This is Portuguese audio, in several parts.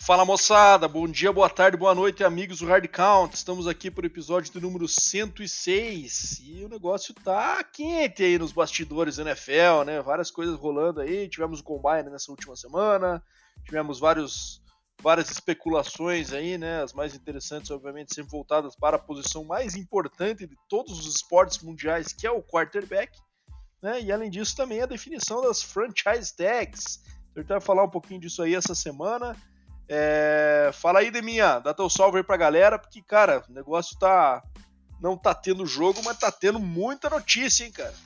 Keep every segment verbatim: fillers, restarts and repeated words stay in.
Fala moçada, bom dia, boa tarde, boa noite amigos do Hard Count. Estamos aqui para o episódio do número cento e seis e o negócio tá quente aí nos bastidores da N F L, né? Várias coisas rolando aí, tivemos o Combine nessa última semana, tivemos vários, várias especulações aí, né? As mais interessantes obviamente sempre voltadas para a posição mais importante de todos os esportes mundiais, que é o quarterback, né? E além disso também a definição das franchise tags. A gente vai falar um pouquinho disso aí essa semana. É... Fala aí, Deminha, dá teu salve aí pra galera, porque, cara, o negócio tá... não tá tendo jogo, mas tá tendo muita notícia, hein, cara?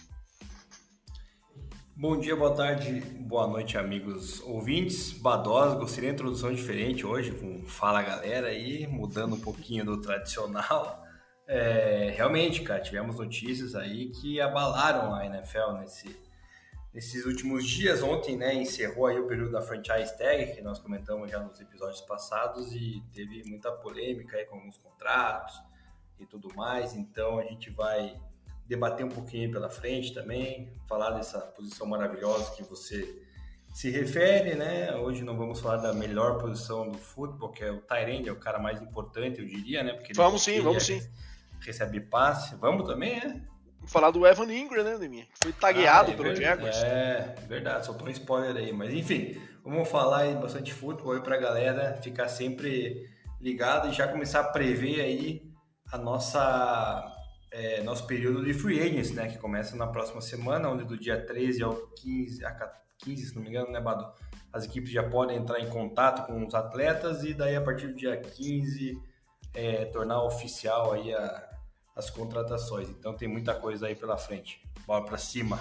Bom dia, boa tarde, boa noite, amigos ouvintes. Badosa, gostei da introdução diferente hoje, com Fala Galera aí, mudando um pouquinho do tradicional. É... Realmente, cara, tivemos notícias aí que abalaram a N F L nesse... Nesses últimos dias. Ontem, né, encerrou aí o período da franchise tag, que nós comentamos já nos episódios passados, e teve muita polêmica aí com alguns contratos e tudo mais. Então a gente vai debater um pouquinho pela frente também, falar dessa posição maravilhosa que você se refere, né? Hoje não vamos falar da melhor posição do futebol, que é o tight end, é o cara mais importante, eu diria, né? Porque vamos sim, vamos sim. Recebe passe. Vamos também, né? Falar do Evan Ingram, né, Deminha? Que foi tagueado ah, é pelo verdade, Jaguars. É, verdade, soltou um spoiler aí. Mas enfim, vamos falar aí bastante futebol aí pra galera ficar sempre ligado e já começar a prever aí a nossa, é, nosso período de free agents, né? Que começa na próxima semana, onde do dia treze ao quinze, a quinze, se não me engano, né, Bado? As equipes já podem entrar em contato com os atletas e daí a partir do dia quinze é, tornar oficial aí a as contratações. Então tem muita coisa aí pela frente. Bora pra cima.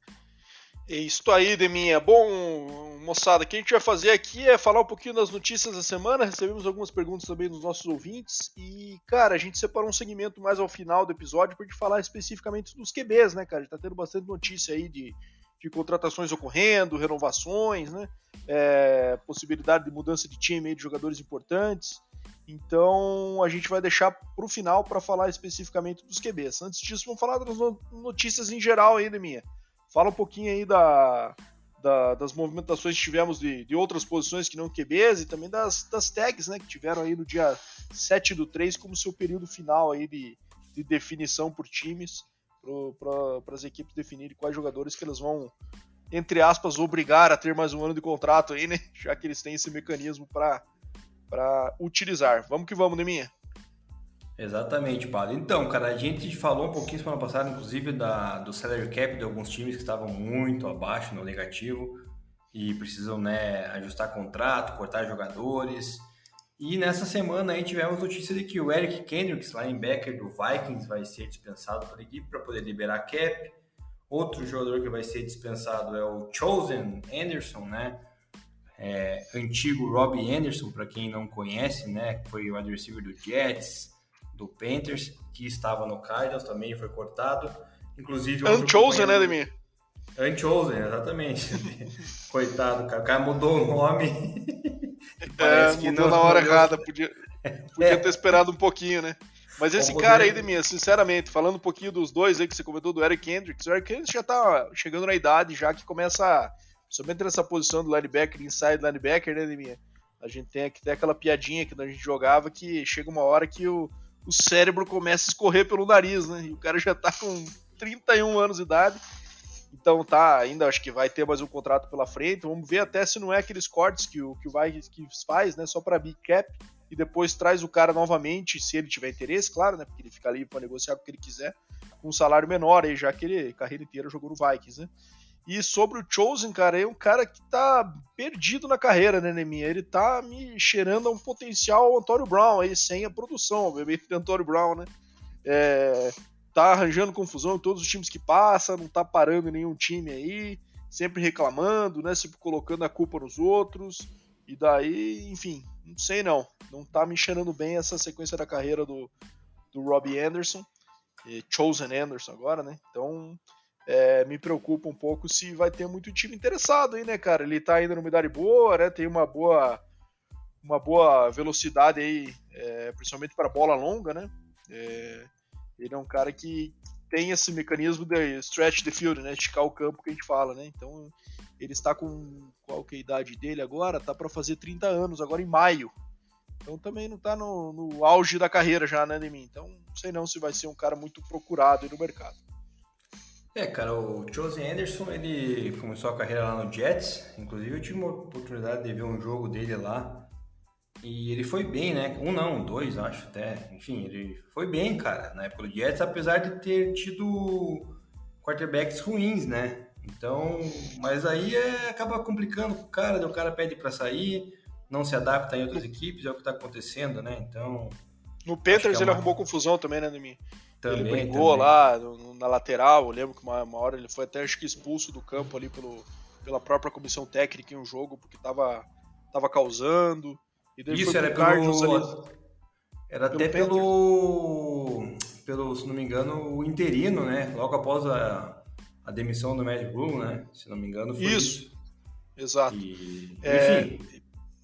É isso aí, Deminha. Bom, moçada, o que a gente vai fazer aqui é falar um pouquinho das notícias da semana. Recebemos algumas perguntas também dos nossos ouvintes. E, cara, a gente separou um segmento mais ao final do episódio pra gente falar especificamente dos Q Bs, né, cara? A gente tá tendo bastante notícia aí de, de contratações ocorrendo, renovações, né? É, possibilidade de mudança de time aí de jogadores importantes. Então a gente vai deixar para o final para falar especificamente dos Q Bs. Antes disso, vamos falar das notícias em geral aí, Deminha. Fala um pouquinho aí da, da, das movimentações que tivemos de, de outras posições que não Q Bs e também das, das tags, né, que tiveram aí no dia sete do três como seu período final aí de, de definição por times, para as equipes definirem quais jogadores que elas vão, entre aspas, obrigar a ter mais um ano de contrato aí, né, já que eles têm esse mecanismo para para utilizar. Vamos que vamos, Deminha. Exatamente, Paulo. Então, cara, a gente falou um pouquinho semana passada, inclusive, da, do salary cap de alguns times que estavam muito abaixo no negativo e precisam, né, ajustar contrato, cortar jogadores. E nessa semana aí tivemos notícia de que o Eric Kendricks, linebacker do Vikings, vai ser dispensado pela equipe para poder liberar cap. Outro jogador que vai ser dispensado é o Chosen Anderson, né? É, antigo Robbie Anderson, para quem não conhece, né, foi o wide receiver do Jets, do Panthers, que estava no Cardinals, também foi cortado. Inclusive Unchosen, né, Deminha? Unchosen, exatamente. Coitado, cara. O cara mudou o nome. Parece é, que mudou não, na hora não errada. Podia, podia é. ter esperado um pouquinho, né? Mas esse Como cara poder... aí, Deminha, sinceramente, falando um pouquinho dos dois aí que você comentou, do Eric Kendricks, o Eric Kendricks já tá chegando na idade já que começa a, somente nessa posição do linebacker, inside linebacker, né, Deminha? A gente tem aqui até aquela piadinha que a gente jogava que chega uma hora que o, o cérebro começa a escorrer pelo nariz, né? E o cara já tá com trinta e um anos de idade. Então tá, ainda acho que vai ter mais um contrato pela frente. Vamos ver até se não é aqueles cortes que o, que o Vikings faz, né? Só pra big cap. E depois traz o cara novamente, se ele tiver interesse, claro, né? Porque ele fica livre pra negociar com o que ele quiser, com um salário menor aí, já que ele a carreira inteira jogou no Vikings, né? E sobre o Chosen, cara, é um cara que tá perdido na carreira, né, Neminha? Ele tá me cheirando a um potencial Antônio Brown aí, sem a produção, obviamente, de Antônio Brown, né? É, tá arranjando confusão em todos os times que passa, não tá parando em nenhum time aí, sempre reclamando, né? Sempre colocando a culpa nos outros. E daí, enfim, não sei não. Não tá me cheirando bem essa sequência da carreira do, do Robbie Anderson. Chosen Anderson agora, né? Então... É, me preocupa um pouco se vai ter muito time interessado aí, né, cara? Ele tá ainda numa idade boa, né? Tem uma boa, uma boa velocidade aí, é, principalmente para bola longa, né? É, ele é um cara que tem esse mecanismo de stretch the field, né? Esticar o campo que a gente fala, né? Então, ele está com, qual que é a idade dele agora? Tá para fazer trinta anos, agora em maio. Então, também não tá no, no auge da carreira já, né, Ademir? Então, não sei não se vai ser um cara muito procurado aí no mercado. É, cara, o Chosen Anderson, ele começou a carreira lá no Jets, inclusive eu tive uma oportunidade de ver um jogo dele lá, e ele foi bem, né? Um não, dois, acho até, enfim, ele foi bem, cara, na época do Jets, apesar de ter tido quarterbacks ruins, né? Então, mas aí é, acaba complicando com o cara, daí o cara pede pra sair, não se adapta em outras equipes, é o que tá acontecendo, né? Então... No Panthers é ele uma... arrumou confusão também, né, Ademir? Também, ele brigou também. lá no, na lateral, eu lembro que uma, uma hora ele foi até acho que expulso do campo ali pelo, pela própria comissão técnica em um jogo, porque tava, tava causando. E daí Isso, foi era pro Cardinals pelo... ali. Era pelo até pelo, pelo, se não me engano, o interino, né? Logo após a, a demissão do Matt Rhule, né? Se não me engano, foi isso. Isso, exato. E, é, enfim...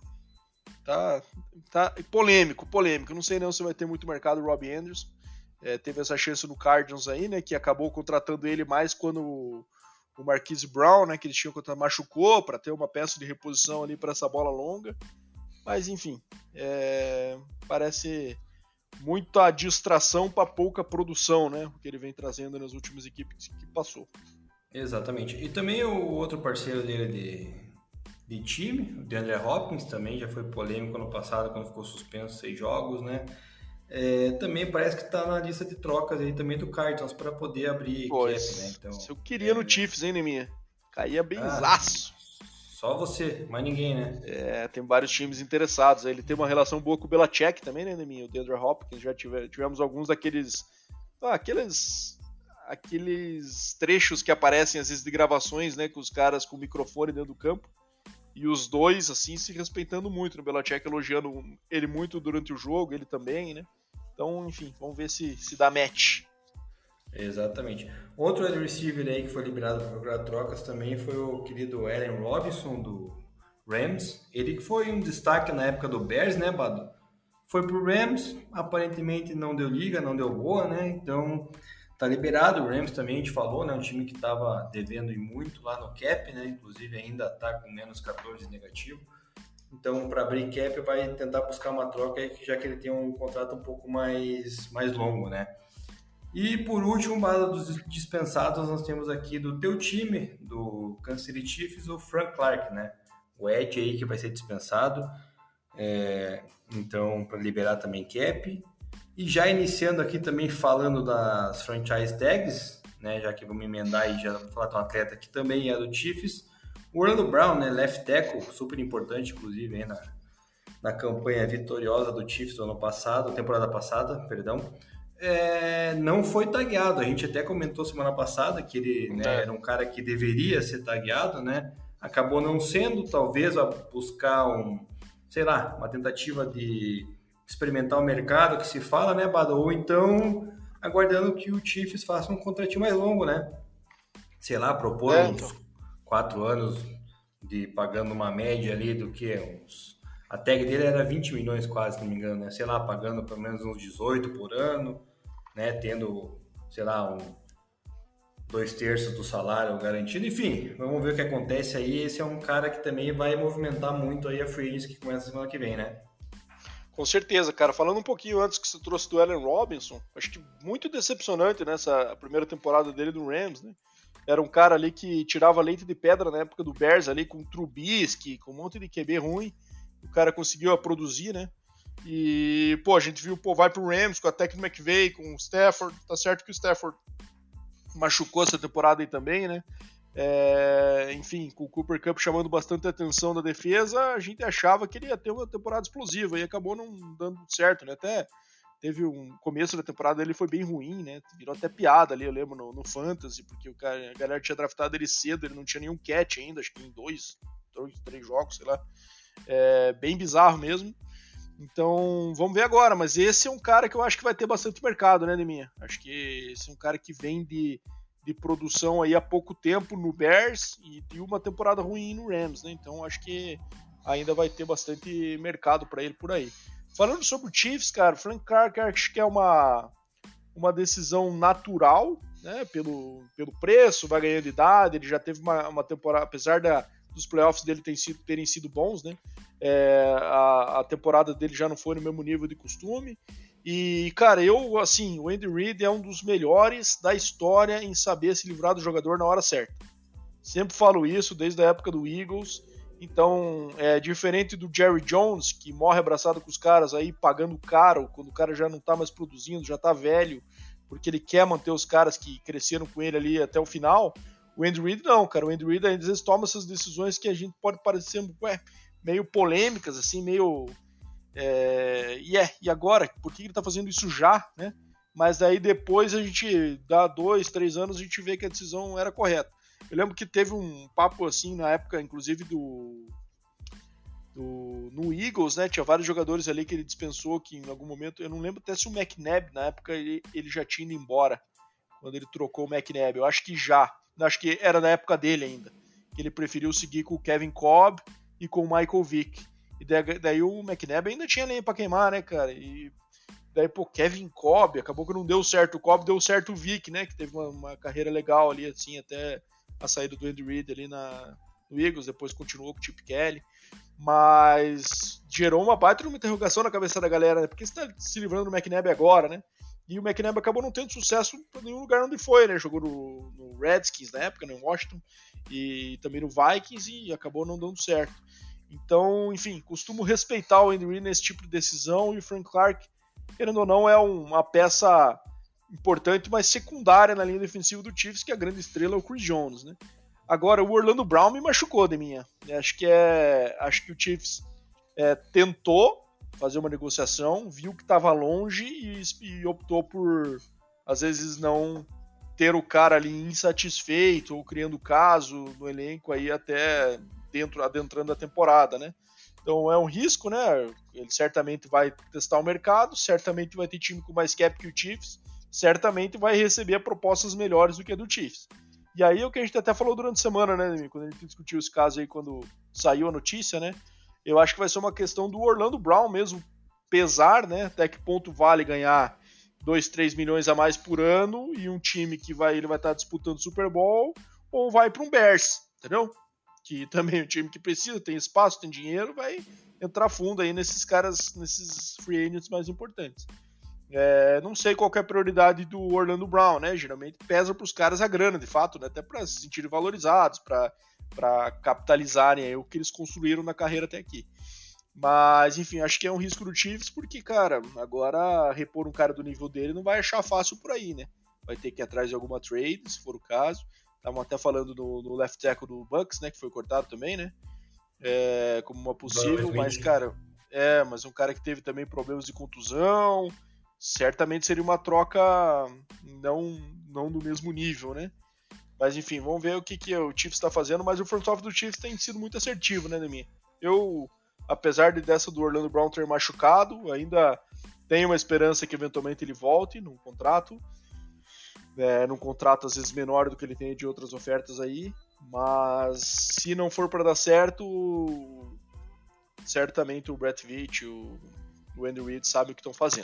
Tá, tá polêmico, polêmico. Não sei não se vai ter muito mercado o Robbie Anderson. É, teve essa chance no Cardinals aí, né? Que acabou contratando ele mais quando o, o Marquise Brown, né? Que eles tinham contratado, machucou para ter uma peça de reposição ali para essa bola longa. Mas enfim, é, parece muita distração para pouca produção, né? O que ele vem trazendo nas últimas equipes que passou. Exatamente. E também o outro parceiro dele de, de time, o DeAndre Hopkins, também já foi polêmico ano passado quando ficou suspenso seis jogos, né? É, também parece que está na lista de trocas aí também do Cardinals para poder abrir pois, cap, né? Então, se eu queria é... no Chiefs, hein, Neminha? Caía benzaço. Ah, só você, mais ninguém, né? É, tem vários times interessados. Ele tem uma relação boa com o Belichick também, né, Neminha? O DeAndre Hopkins, já tive, tivemos alguns daqueles... Ah, aqueles... Aqueles trechos que aparecem às vezes de gravações, né? Com os caras com o microfone dentro do campo. E os dois, assim, se respeitando muito. O Belichick elogiando ele muito durante o jogo, ele também, né? Então, enfim, vamos ver se, se dá match. Exatamente. Outro wide receiver aí que foi liberado para procurar trocas também foi o querido Allen Robinson, do Rams. Ele que foi um destaque na época do Bears, né, Bado? Foi pro Rams, aparentemente não deu liga, não deu boa, né? Então, tá liberado. O Rams também, a gente falou, né? Um time que tava devendo muito lá no cap, né? Inclusive ainda tá com menos catorze negativo. Então, para abrir cap, vai tentar buscar uma troca, já que ele tem um contrato um pouco mais, mais longo, né? E, por último, bala dos dispensados, nós temos aqui do teu time, do Kansas City Chiefs, o Frank Clark, né? O Edge aí que vai ser dispensado. É, então, para liberar também cap. E já iniciando aqui também falando das franchise tags, né? Já que vamos emendar e já falar de um atleta que também é do Chiefs. O Orlando Brown, né, left tackle, super importante, inclusive, aí na, na campanha vitoriosa do Chiefs do ano passado, temporada passada, perdão, é, não foi tagueado. A gente até comentou semana passada que ele, né, era um cara que deveria ser tagueado, né? Acabou não sendo, talvez a buscar um, sei lá, uma tentativa de experimentar o mercado que se fala, né, Bado? Ou então aguardando que o Chiefs faça um contratinho mais longo, né? Sei lá, propor é, uns então. quatro anos de pagando uma média ali do que uns... A tag dele era vinte milhões quase, se não me engano, né? Sei lá, pagando pelo menos uns dezoito por ano, né? Tendo, sei lá, um, dois terços do salário garantido. Enfim, vamos ver o que acontece aí. Esse é um cara que também vai movimentar muito aí a free agency que começa semana que vem, né? Com certeza, cara. Falando um pouquinho antes que você trouxe do Allen Robinson, acho que muito decepcionante nessa primeira temporada dele do Rams, né? Era um cara ali que tirava leite de pedra na época do Bears ali, com Trubisky, com um monte de Q B ruim. O cara conseguiu a produzir, né? E, pô, a gente viu, pô, vai pro Rams com a Tech McVay, com o Stafford. Tá certo que o Stafford machucou essa temporada aí também, né? É, enfim, com o Cooper Kupp chamando bastante atenção da defesa, a gente achava que ele ia ter uma temporada explosiva e acabou não dando certo, né? Até teve um começo da temporada, ele foi bem ruim, né? Virou até piada ali, eu lembro, no, no Fantasy, porque o cara, a galera tinha draftado ele cedo, ele não tinha nenhum catch ainda, acho que em dois, dois três jogos, sei lá. É, bem bizarro mesmo. Então, vamos ver agora, mas esse é um cara que eu acho que vai ter bastante mercado, né, Neminha? Acho que esse é um cara que vem de, de produção aí há pouco tempo no Bears e de uma temporada ruim no Rams, né? Então, acho que ainda vai ter bastante mercado para ele por aí. Falando sobre o Chiefs, cara, Frank Clark acho que é uma, uma decisão natural, né, pelo, pelo preço, vai ganhando idade, ele já teve uma, uma temporada, apesar da, dos playoffs dele terem sido, terem sido bons, né, é, a, a temporada dele já não foi no mesmo nível de costume, e, cara, eu, assim, o Andy Reid é um dos melhores da história em saber se livrar do jogador na hora certa. Sempre falo isso desde a época do Eagles. Então, é diferente do Jerry Jones, que morre abraçado com os caras aí, pagando caro, quando o cara já não tá mais produzindo, já tá velho, porque ele quer manter os caras que cresceram com ele ali até o final. O Andy Reid não, cara. O Andy Reid às vezes toma essas decisões que a gente pode parecer ué, meio polêmicas, assim, meio... É, e é, e agora? Por que ele tá fazendo isso já, né? Mas daí depois a gente dá dois, três anos a gente vê que a decisão era correta. Eu lembro que teve um papo assim na época, inclusive do, do no Eagles, né? Tinha vários jogadores ali que ele dispensou que em algum momento, eu não lembro até se o McNabb na época ele, ele já tinha ido embora quando ele trocou o McNabb. Eu acho que já, acho que era na época dele ainda, que ele preferiu seguir com o Kevin Kolb e com o Michael Vick. E daí, daí o McNabb ainda tinha lenha pra queimar, né, cara? E daí, pô, Kevin Kolb, acabou que não deu certo o Kolb, deu certo o Vick, né? Que teve uma, uma carreira legal ali, assim, até a saída do Andy Reid ali na, no Eagles, depois continuou com o Chip Kelly. Mas gerou uma baita uma interrogação na cabeça da galera, né? Porque você tá se livrando do McNabb agora, né? E o McNabb acabou não tendo sucesso em nenhum lugar onde foi, né? Jogou no, no Redskins na época, no Washington, e também no Vikings, e acabou não dando certo. Então, enfim, costumo respeitar o Andy Reid nesse tipo de decisão, e o Frank Clark, querendo ou não, é uma peça importante, mas secundária na linha defensiva do Chiefs, que a grande estrela é o Chris Jones, né? Agora, o Orlando Brown me machucou, de minha. Acho que, é, acho que o Chiefs é, tentou fazer uma negociação, viu que estava longe e, e optou por, às vezes, não ter o cara ali insatisfeito ou criando caso no elenco aí até dentro, adentrando a temporada, né? Então é um risco, né? Ele certamente vai testar o mercado, certamente vai ter time com mais cap que o Chiefs, certamente vai receber propostas melhores do que a do Chiefs. E aí é o que a gente até falou durante a semana, né, quando a gente discutiu esse caso aí, quando saiu a notícia, né? Eu acho que vai ser uma questão do Orlando Brown mesmo pesar, né? Até que ponto vale ganhar dois, três milhões a mais por ano e um time que vai, ele vai estar disputando Super Bowl, ou vai para um Bears, entendeu? Que também é um time que precisa, tem espaço, tem dinheiro, vai entrar fundo aí nesses caras, nesses free agents mais importantes. É, não sei qual é a prioridade do Orlando Brown, né? Geralmente pesa para os caras a grana, de fato, né? Até para se sentirem valorizados, para capitalizarem aí o que eles construíram na carreira até aqui. Mas, enfim, acho que é um risco do Chiefs, porque, cara, agora repor um cara do nível dele não vai achar fácil por aí, né? Vai ter que ir atrás de alguma trade, se for o caso. Estavam até falando do, do left tackle do Bucks, né? Que foi cortado também, né? É, como uma possível, mas, cara, é, mas um cara que teve também problemas de contusão, certamente seria uma troca não, não do mesmo nível, né? Mas, enfim, vamos ver o que, que o Chiefs está fazendo, mas o front office do Chiefs tem sido muito assertivo, né, Demi? Eu, apesar de dessa do Orlando Brown ter machucado, ainda tenho uma esperança que eventualmente ele volte num contrato, É, num contrato às vezes menor do que ele tem de outras ofertas aí, mas se não for para dar certo, certamente o Brett Veach, o, o Andy Reid sabem o que estão fazendo.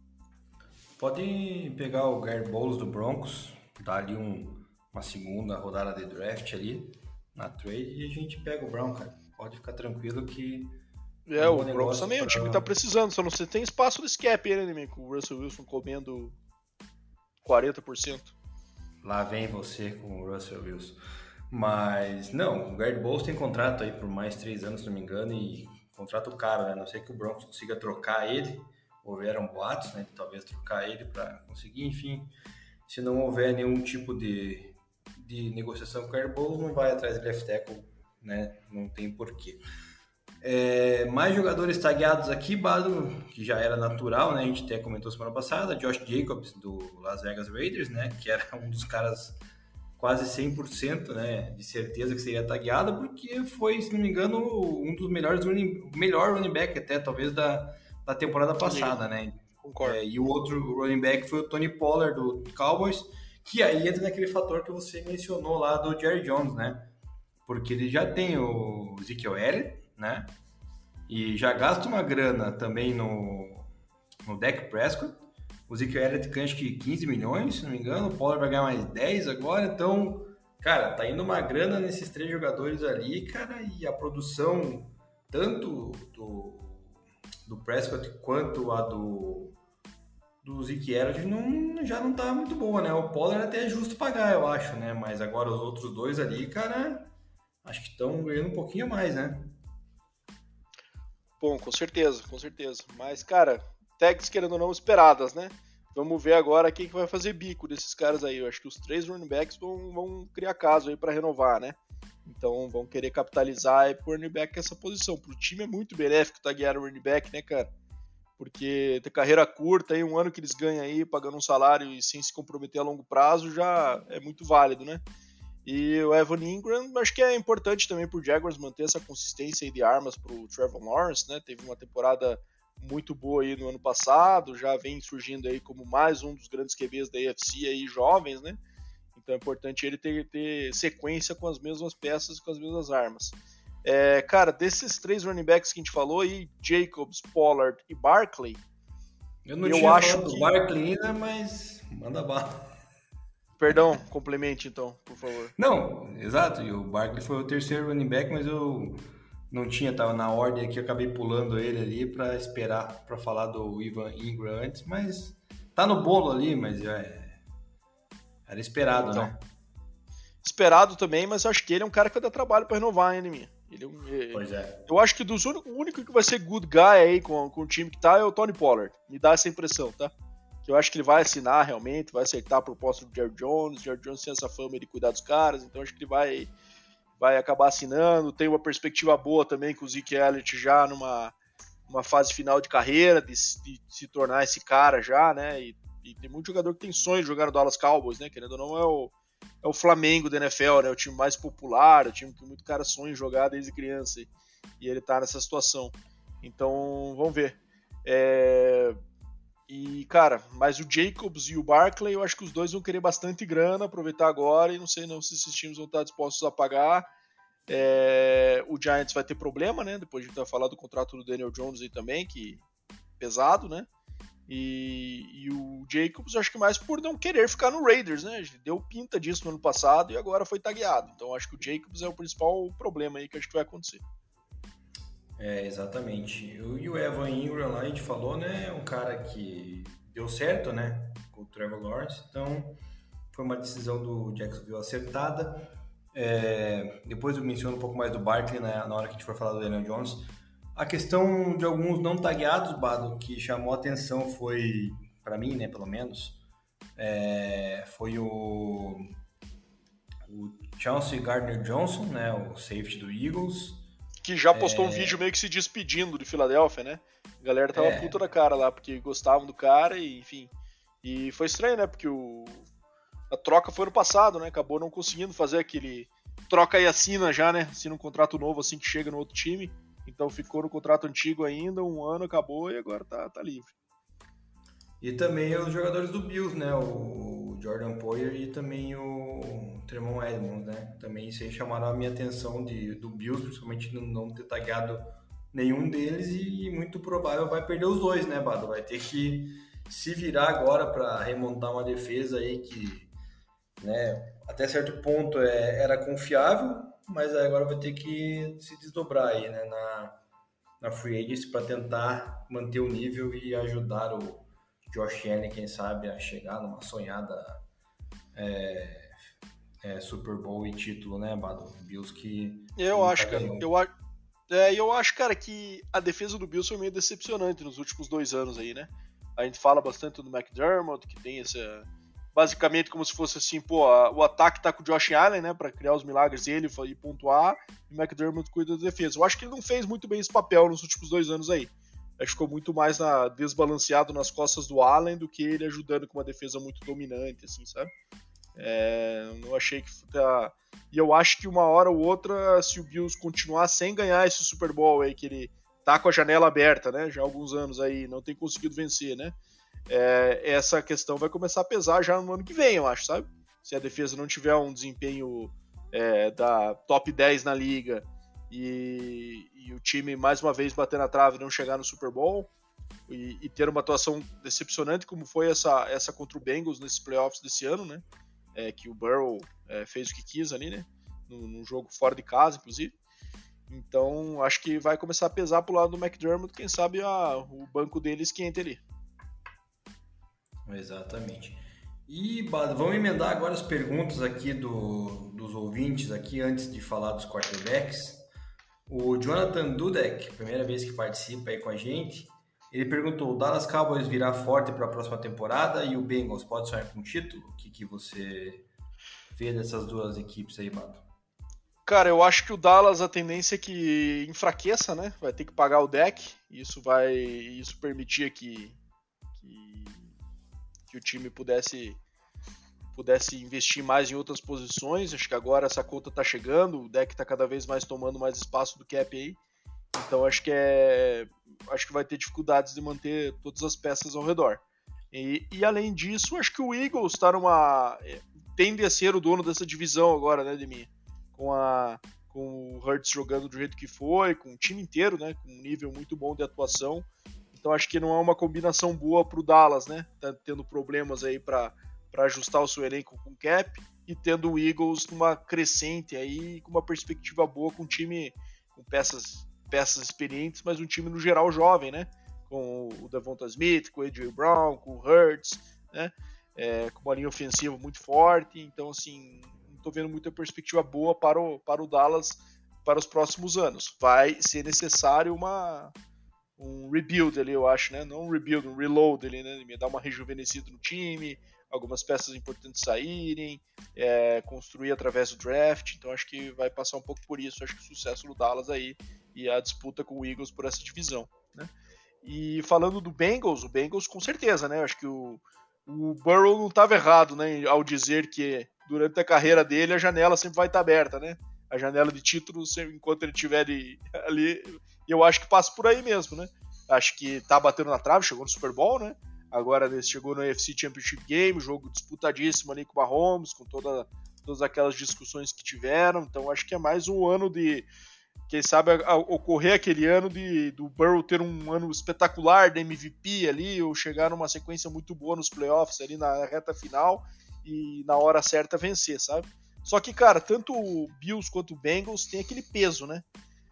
Pode pegar o Garrett Bowles do Broncos, dar ali um, uma segunda rodada de draft ali na trade e a gente pega o Brown, cara. Pode ficar tranquilo que é, um o Broncos também é um time que tá precisando, só não sei, tem espaço no escape aí, né, com o Russell Wilson comendo quarenta por cento. Lá vem você com o Russell Wilson. Mas, não, o Garrett Bowles tem contrato aí por mais três anos, se não me engano, e contrato caro, né? A não sei que o Broncos consiga trocar ele. Houveram boatos, né? De talvez trocar ele para conseguir, enfim. Se não houver nenhum tipo de, de negociação com o Garrett Bowles, não vai atrás de left tackle, né? Não tem porquê. É, mais jogadores tagueados aqui, Bado, que já era natural, né? A gente até comentou semana passada, Josh Jacobs do Las Vegas Raiders, né? Que era um dos caras quase cem por cento, né? De certeza que seria tagueado, porque foi, se não me engano, um dos melhores, running, melhor running back até, talvez, da, da temporada passada, né? Concordo. É, e o outro running back foi o Tony Pollard do Cowboys, que aí entra naquele fator que você mencionou lá do Jerry Jones, né? Porque ele já tem o Ezekiel Elliott, né? E já gasta uma grana também no, no Dak Prescott O Zeke Elliott ganha acho que quinze milhões, se não me engano. O Pollard vai ganhar mais dez agora. Então, cara, tá indo uma grana nesses três jogadores ali, cara. E a produção, tanto do, do Prescott quanto a do, do Zeke Elliott, não, já não tá muito boa, né? O Pollard até é justo pagar, eu acho, né? Mas agora os outros dois ali, cara, acho que estão ganhando um pouquinho a mais, né? Bom, com certeza, com certeza. Mas, cara, tags querendo ou não esperadas, né? Vamos ver agora quem que vai fazer bico desses caras aí. Eu acho que os três running backs vão, vão criar caso aí para renovar, né? Então vão querer capitalizar aí pro running back essa posição. Pro time é muito benéfico taguear o running back, né, cara? Porque ter carreira curta aí, um ano que eles ganham aí, pagando um salário e sem se comprometer a longo prazo, já é muito válido, né? E o Evan Ingram, acho que é importante também pro Jaguars manter essa consistência aí de armas pro Trevor Lawrence, né? Teve uma temporada muito boa aí no ano passado, já vem surgindo aí como mais um dos grandes Q Bs da A F C aí, jovens, né? Então é importante ele ter, ter sequência com as mesmas peças, com as mesmas armas. É, cara, desses três running backs que a gente falou aí, Jacobs, Pollard e Barkley, eu não eu tinha acho falado que... do Barkley ainda, mas manda bala. Perdão, complemente então, por favor. Não, exato, e o Barkley foi o terceiro running back, mas eu não tinha, tava na ordem aqui, eu acabei pulando ele ali para esperar para falar do Evan Ingram antes, mas tá no bolo ali, mas já é... era esperado, então, né? Esperado também, mas eu acho que ele é um cara que vai dar trabalho para renovar, hein, minha. Ele é um, pois é. Eu acho que dos único, o único que vai ser good guy aí com, com o time que tá é o Tony Pollard. Me dá essa impressão, tá? Que eu acho que ele vai assinar realmente, vai acertar a proposta do Jerry Jones. O Jerry Jones tem essa fama de cuidar dos caras, então acho que ele vai, vai acabar assinando. Tem uma perspectiva boa também com o Zeke Elliott já numa uma fase final de carreira, de, de se tornar esse cara já, né? E, e tem muito jogador que tem sonho de jogar no Dallas Cowboys, né? Querendo ou não, é o, é o Flamengo da N F L, né? O time mais popular, o time que muito cara sonha em jogar desde criança. E, e ele tá nessa situação. Então, vamos ver. É... E, cara, mas o Jacobs e o Barkley, eu acho que os dois vão querer bastante grana, aproveitar agora, e não sei não se esses times vão estar dispostos a pagar. É, o Giants vai ter problema, né? Depois a gente vai falar do contrato do Daniel Jones aí também, que pesado, né? E, e o Jacobs, acho que mais por não querer ficar no Raiders, né? Deu pinta disso no ano passado e agora foi tagueado. Então acho que o Jacobs é o principal problema aí que acho que vai acontecer. É, exatamente. E o Evan Ingram lá, a gente falou, né? É um cara que deu certo, né? Com o Trevor Lawrence. Então, foi uma decisão do Jacksonville acertada. É, depois eu menciono um pouco mais do Barkley, né, na hora que a gente for falar do Daniel Jones. A questão de alguns não tagueados, Bado, que chamou a atenção foi, para mim, né, pelo menos, é, foi o, o Chauncey Gardner-Johnson, né, o safety do Eagles. Que já postou é... um vídeo meio que se despedindo de Filadélfia, né? A galera tava é... puta da cara lá, porque gostavam do cara e, enfim. E foi estranho, né? Porque o... a troca foi no passado, né? Acabou não conseguindo fazer aquele troca e assina já, né? Assina um contrato novo assim que chega no outro time. Então ficou no contrato antigo ainda, um ano acabou e agora tá, tá livre. E também os jogadores do Bills, né? O Jordan Poyer e também o Tremont Edmonds, né? Também isso aí chamaram a minha atenção de, do Bills, principalmente não ter tagueado nenhum deles e muito provável vai perder os dois, né, Bado? Vai ter que se virar agora para remontar uma defesa aí que, né, até certo ponto é, era confiável, mas agora vai ter que se desdobrar aí, né, na, na Free Agency para tentar manter o nível e ajudar o Josh Allen, quem sabe, a chegar numa sonhada é, é, Super Bowl e título, né, Bado? Bills que... Eu acho, cara, eu, é, eu acho, cara, que a defesa do Bills foi meio decepcionante nos últimos dois anos aí, né? A gente fala bastante do McDermott, que tem essa... basicamente como se fosse assim, pô, a, o ataque tá com o Josh Allen, né, pra criar os milagres dele e pontuar, e o McDermott cuida da defesa. Eu acho que ele não fez muito bem esse papel nos últimos dois anos aí. Acho que ficou muito mais na, desbalanceado nas costas do Allen do que ele ajudando com uma defesa muito dominante, assim, sabe? É, não achei que... Tá... E eu acho que uma hora ou outra, se o Bills continuar sem ganhar esse Super Bowl aí, que ele tá com a janela aberta, né, já há alguns anos aí, não tem conseguido vencer, né? É, essa questão vai começar a pesar já no ano que vem, eu acho, sabe? Se a defesa não tiver um desempenho é, da top dez na liga e, e o time mais uma vez bater na trave e não chegar no Super Bowl, e, e ter uma atuação decepcionante como foi essa, essa contra o Bengals nesses playoffs desse ano, né? É, que o Burrow é, fez o que quis ali, né? Num jogo fora de casa, inclusive. Então, acho que vai começar a pesar pro lado do McDermott, quem sabe a, o banco dele esquenta ali. Exatamente. E vamos emendar agora as perguntas aqui do, dos ouvintes aqui, antes de falar dos quarterbacks. O Jonathan Dudek, primeira vez que participa aí com a gente, ele perguntou, o Dallas Cowboys virá forte para a próxima temporada e o Bengals pode sonhar com um título? O que, que você vê dessas duas equipes aí, Bado? Cara, eu acho que o Dallas, a tendência é que enfraqueça, né? Vai ter que pagar o deck, e isso vai, isso permitia que, que, que o time pudesse, pudesse investir mais em outras posições. Acho que agora essa conta tá chegando, o deck tá cada vez mais tomando mais espaço do cap aí. Então acho que é, acho que vai ter dificuldades de manter todas as peças ao redor. E, e além disso, acho que o Eagles tá numa, tende a ser o dono dessa divisão agora, né, de mim. Com, a, com o Hurts jogando do jeito que foi, com o time inteiro, né, com um nível muito bom de atuação. Então acho que não é uma combinação boa para o Dallas, né, tá tendo problemas aí para ajustar o seu elenco com cap e tendo o Eagles numa crescente aí, com uma perspectiva boa, com um time com peças, peças experientes, mas um time no geral jovem, né, com o Devonta Smith, com o A J Brown, com o Hurts, né, é, com uma linha ofensiva muito forte. Então assim, estou vendo muita perspectiva boa para o, para o Dallas para os próximos anos. Vai ser necessário uma, um rebuild ali, eu acho, né? Não um rebuild, um reload ali, né? Dar uma rejuvenescida no time, algumas peças importantes saírem, é, construir através do draft. Então acho que vai passar um pouco por isso. Acho que o sucesso do Dallas aí e a disputa com o Eagles por essa divisão, né? E falando do Bengals, o Bengals com certeza, né? Acho que o, o Burrow não estava errado, né? Ao dizer que durante a carreira dele a janela sempre vai estar aberta, né? A janela de títulos, enquanto ele estiver ali, e eu acho que passa por aí mesmo, né? Acho que tá batendo na trave, chegou no Super Bowl, né? Agora chegou no A F C Championship Game, jogo disputadíssimo ali com o Mahomes, com toda, todas aquelas discussões que tiveram. Então acho que é mais um ano de, quem sabe, a, a, ocorrer aquele ano de do Burrow ter um ano espetacular da M V P ali, ou chegar numa sequência muito boa nos playoffs ali na reta final e na hora certa vencer, sabe? Só que, cara, tanto o Bills quanto o Bengals tem aquele peso, né?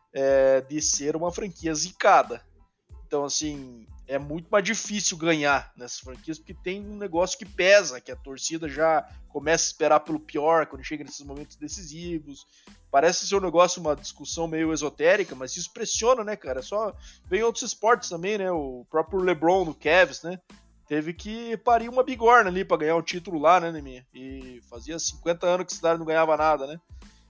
É, de ser uma franquia zicada. Então, assim, é muito mais difícil ganhar nessas franquias, porque tem um negócio que pesa, que a torcida já começa a esperar pelo pior quando chega nesses momentos decisivos. Parece ser um negócio, uma discussão meio esotérica, mas isso pressiona, né, cara? Só vem outros esportes também, né? O próprio LeBron no Cavs, né? Teve que parir uma bigorna ali pra ganhar um título lá, né, Neminha? E fazia cinquenta anos que a cidade não ganhava nada, né?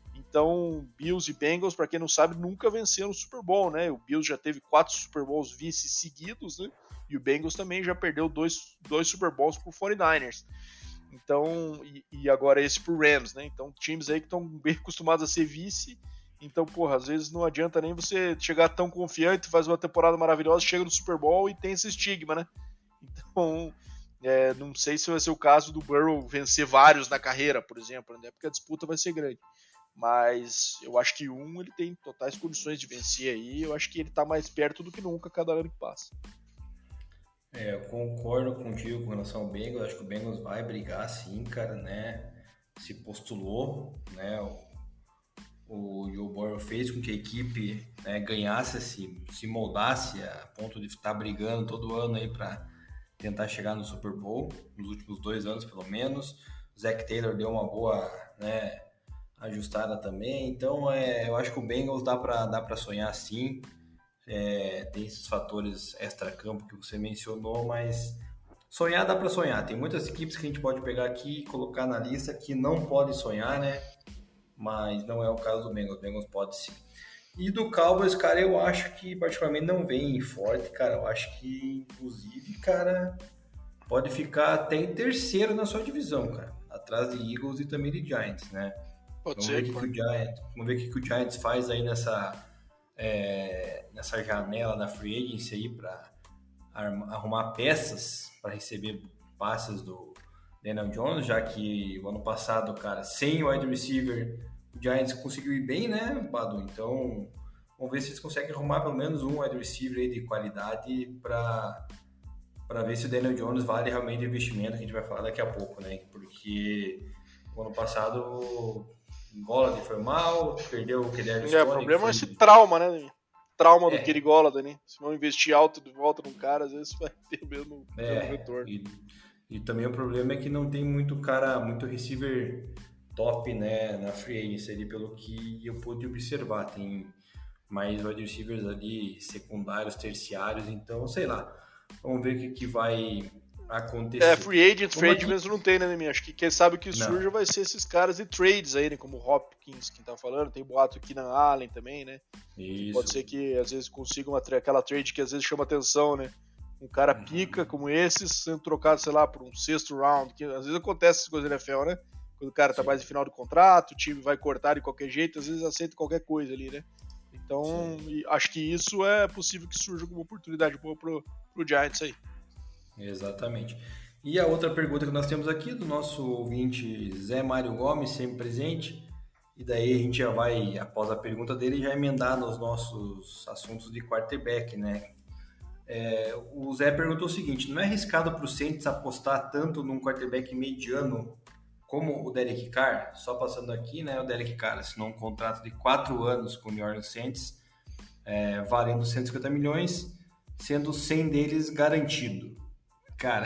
Então, Bills e Bengals, para quem não sabe, nunca venceram o Super Bowl, né? O Bills já teve quatro Super Bowls vice seguidos, né? E o Bengals também já perdeu dois, dois Super Bowls pro forty-niners. Então, e, e agora esse pro Rams, né? Então, times aí que estão bem acostumados a ser vice. Então, porra, às vezes não adianta nem você chegar tão confiante, faz uma temporada maravilhosa, chega no Super Bowl e tem esse estigma, né? Então, é, não sei se vai ser o caso do Burrow vencer vários na carreira, por exemplo, né? Porque a disputa vai ser grande. Mas eu acho que um ele tem totais condições de vencer aí. Eu acho que ele tá mais perto do que nunca cada ano que passa. É, eu concordo contigo com relação ao Bengals. Eu acho que o Bengals vai brigar sim, cara, né? Se postulou, né? O, o Joe Burrow fez com que a equipe, né, ganhasse, se, se moldasse a ponto de estar brigando todo ano aí para tentar chegar no Super Bowl, nos últimos dois anos pelo menos. O Zach Taylor deu uma boa, né, ajustada também. Então, é, eu acho que o Bengals dá para dá para sonhar sim. É, tem esses fatores extra-campo que você mencionou, mas sonhar dá para sonhar. Tem muitas equipes que a gente pode pegar aqui e colocar na lista que não pode sonhar, né? Mas não é o caso do Bengals. O Bengals pode sim. E do Cowboys, cara, eu acho que particularmente não vem forte, cara. Eu acho que, inclusive, cara, pode ficar até em terceiro na sua divisão, cara. Atrás de Eagles e também de Giants, né? Pode vamos, ser, ver que que o Giants, vamos ver o que, que o Giants faz aí nessa, é, nessa janela da free agency aí para arrumar peças para receber passes do Daniel Jones, já que o ano passado, cara, sem o wide receiver, o Giants conseguiu ir bem, né, Badu? Então, Vamos ver se eles conseguem arrumar pelo menos um wide receiver aí de qualidade para para ver se o Daniel Jones vale realmente o investimento, que a gente vai falar daqui a pouco, né? Porque o ano passado o Golladay foi mal, perdeu o Kadarius Toney. É, o problema foi... é esse trauma, né? Trauma é. do Kenny Golladay, né? Se não investir alto de volta num cara, às vezes vai ter o mesmo, é, mesmo retorno. E, e também o problema é que não tem muito cara, muito receiver top, né, na free agency ali, pelo que eu pude observar. Tem mais wide receivers ali, secundários, terciários, então, sei lá. Vamos ver o que, que vai acontecer. É, free agent, free agent aqui... mesmo não tem, né, Neminha? Acho que quem sabe o que surge não. vai ser esses caras de trades aí, né? Como o Hopkins, que tá falando, tem boato aqui na Allen também, né? Isso. Pode ser que às vezes consigam aquela trade que às vezes chama atenção, né? Um cara uhum. pica como esses, sendo trocado, sei lá, por um sexto round, que às vezes acontece essas coisas na N F L, né? Quando o cara tá Sim. mais no final do contrato, o time vai cortar de qualquer jeito, às vezes aceita qualquer coisa ali, né? Então, acho que isso é possível que surja como oportunidade boa pro, pro Giants aí. Exatamente. E a outra pergunta que nós temos aqui do nosso ouvinte Zé Mário Gomes, sempre presente, e daí a gente já vai, após a pergunta dele, já emendar nos nossos assuntos de quarterback, né? É, o Zé perguntou o seguinte: não é arriscado para o Saints apostar tanto num quarterback mediano como o Derek Carr? Só passando aqui, né? O Derek Carr assinou um contrato de quatro anos com o New Orleans Saints, é, valendo cento e cinquenta milhões, sendo cem deles garantido. Cara,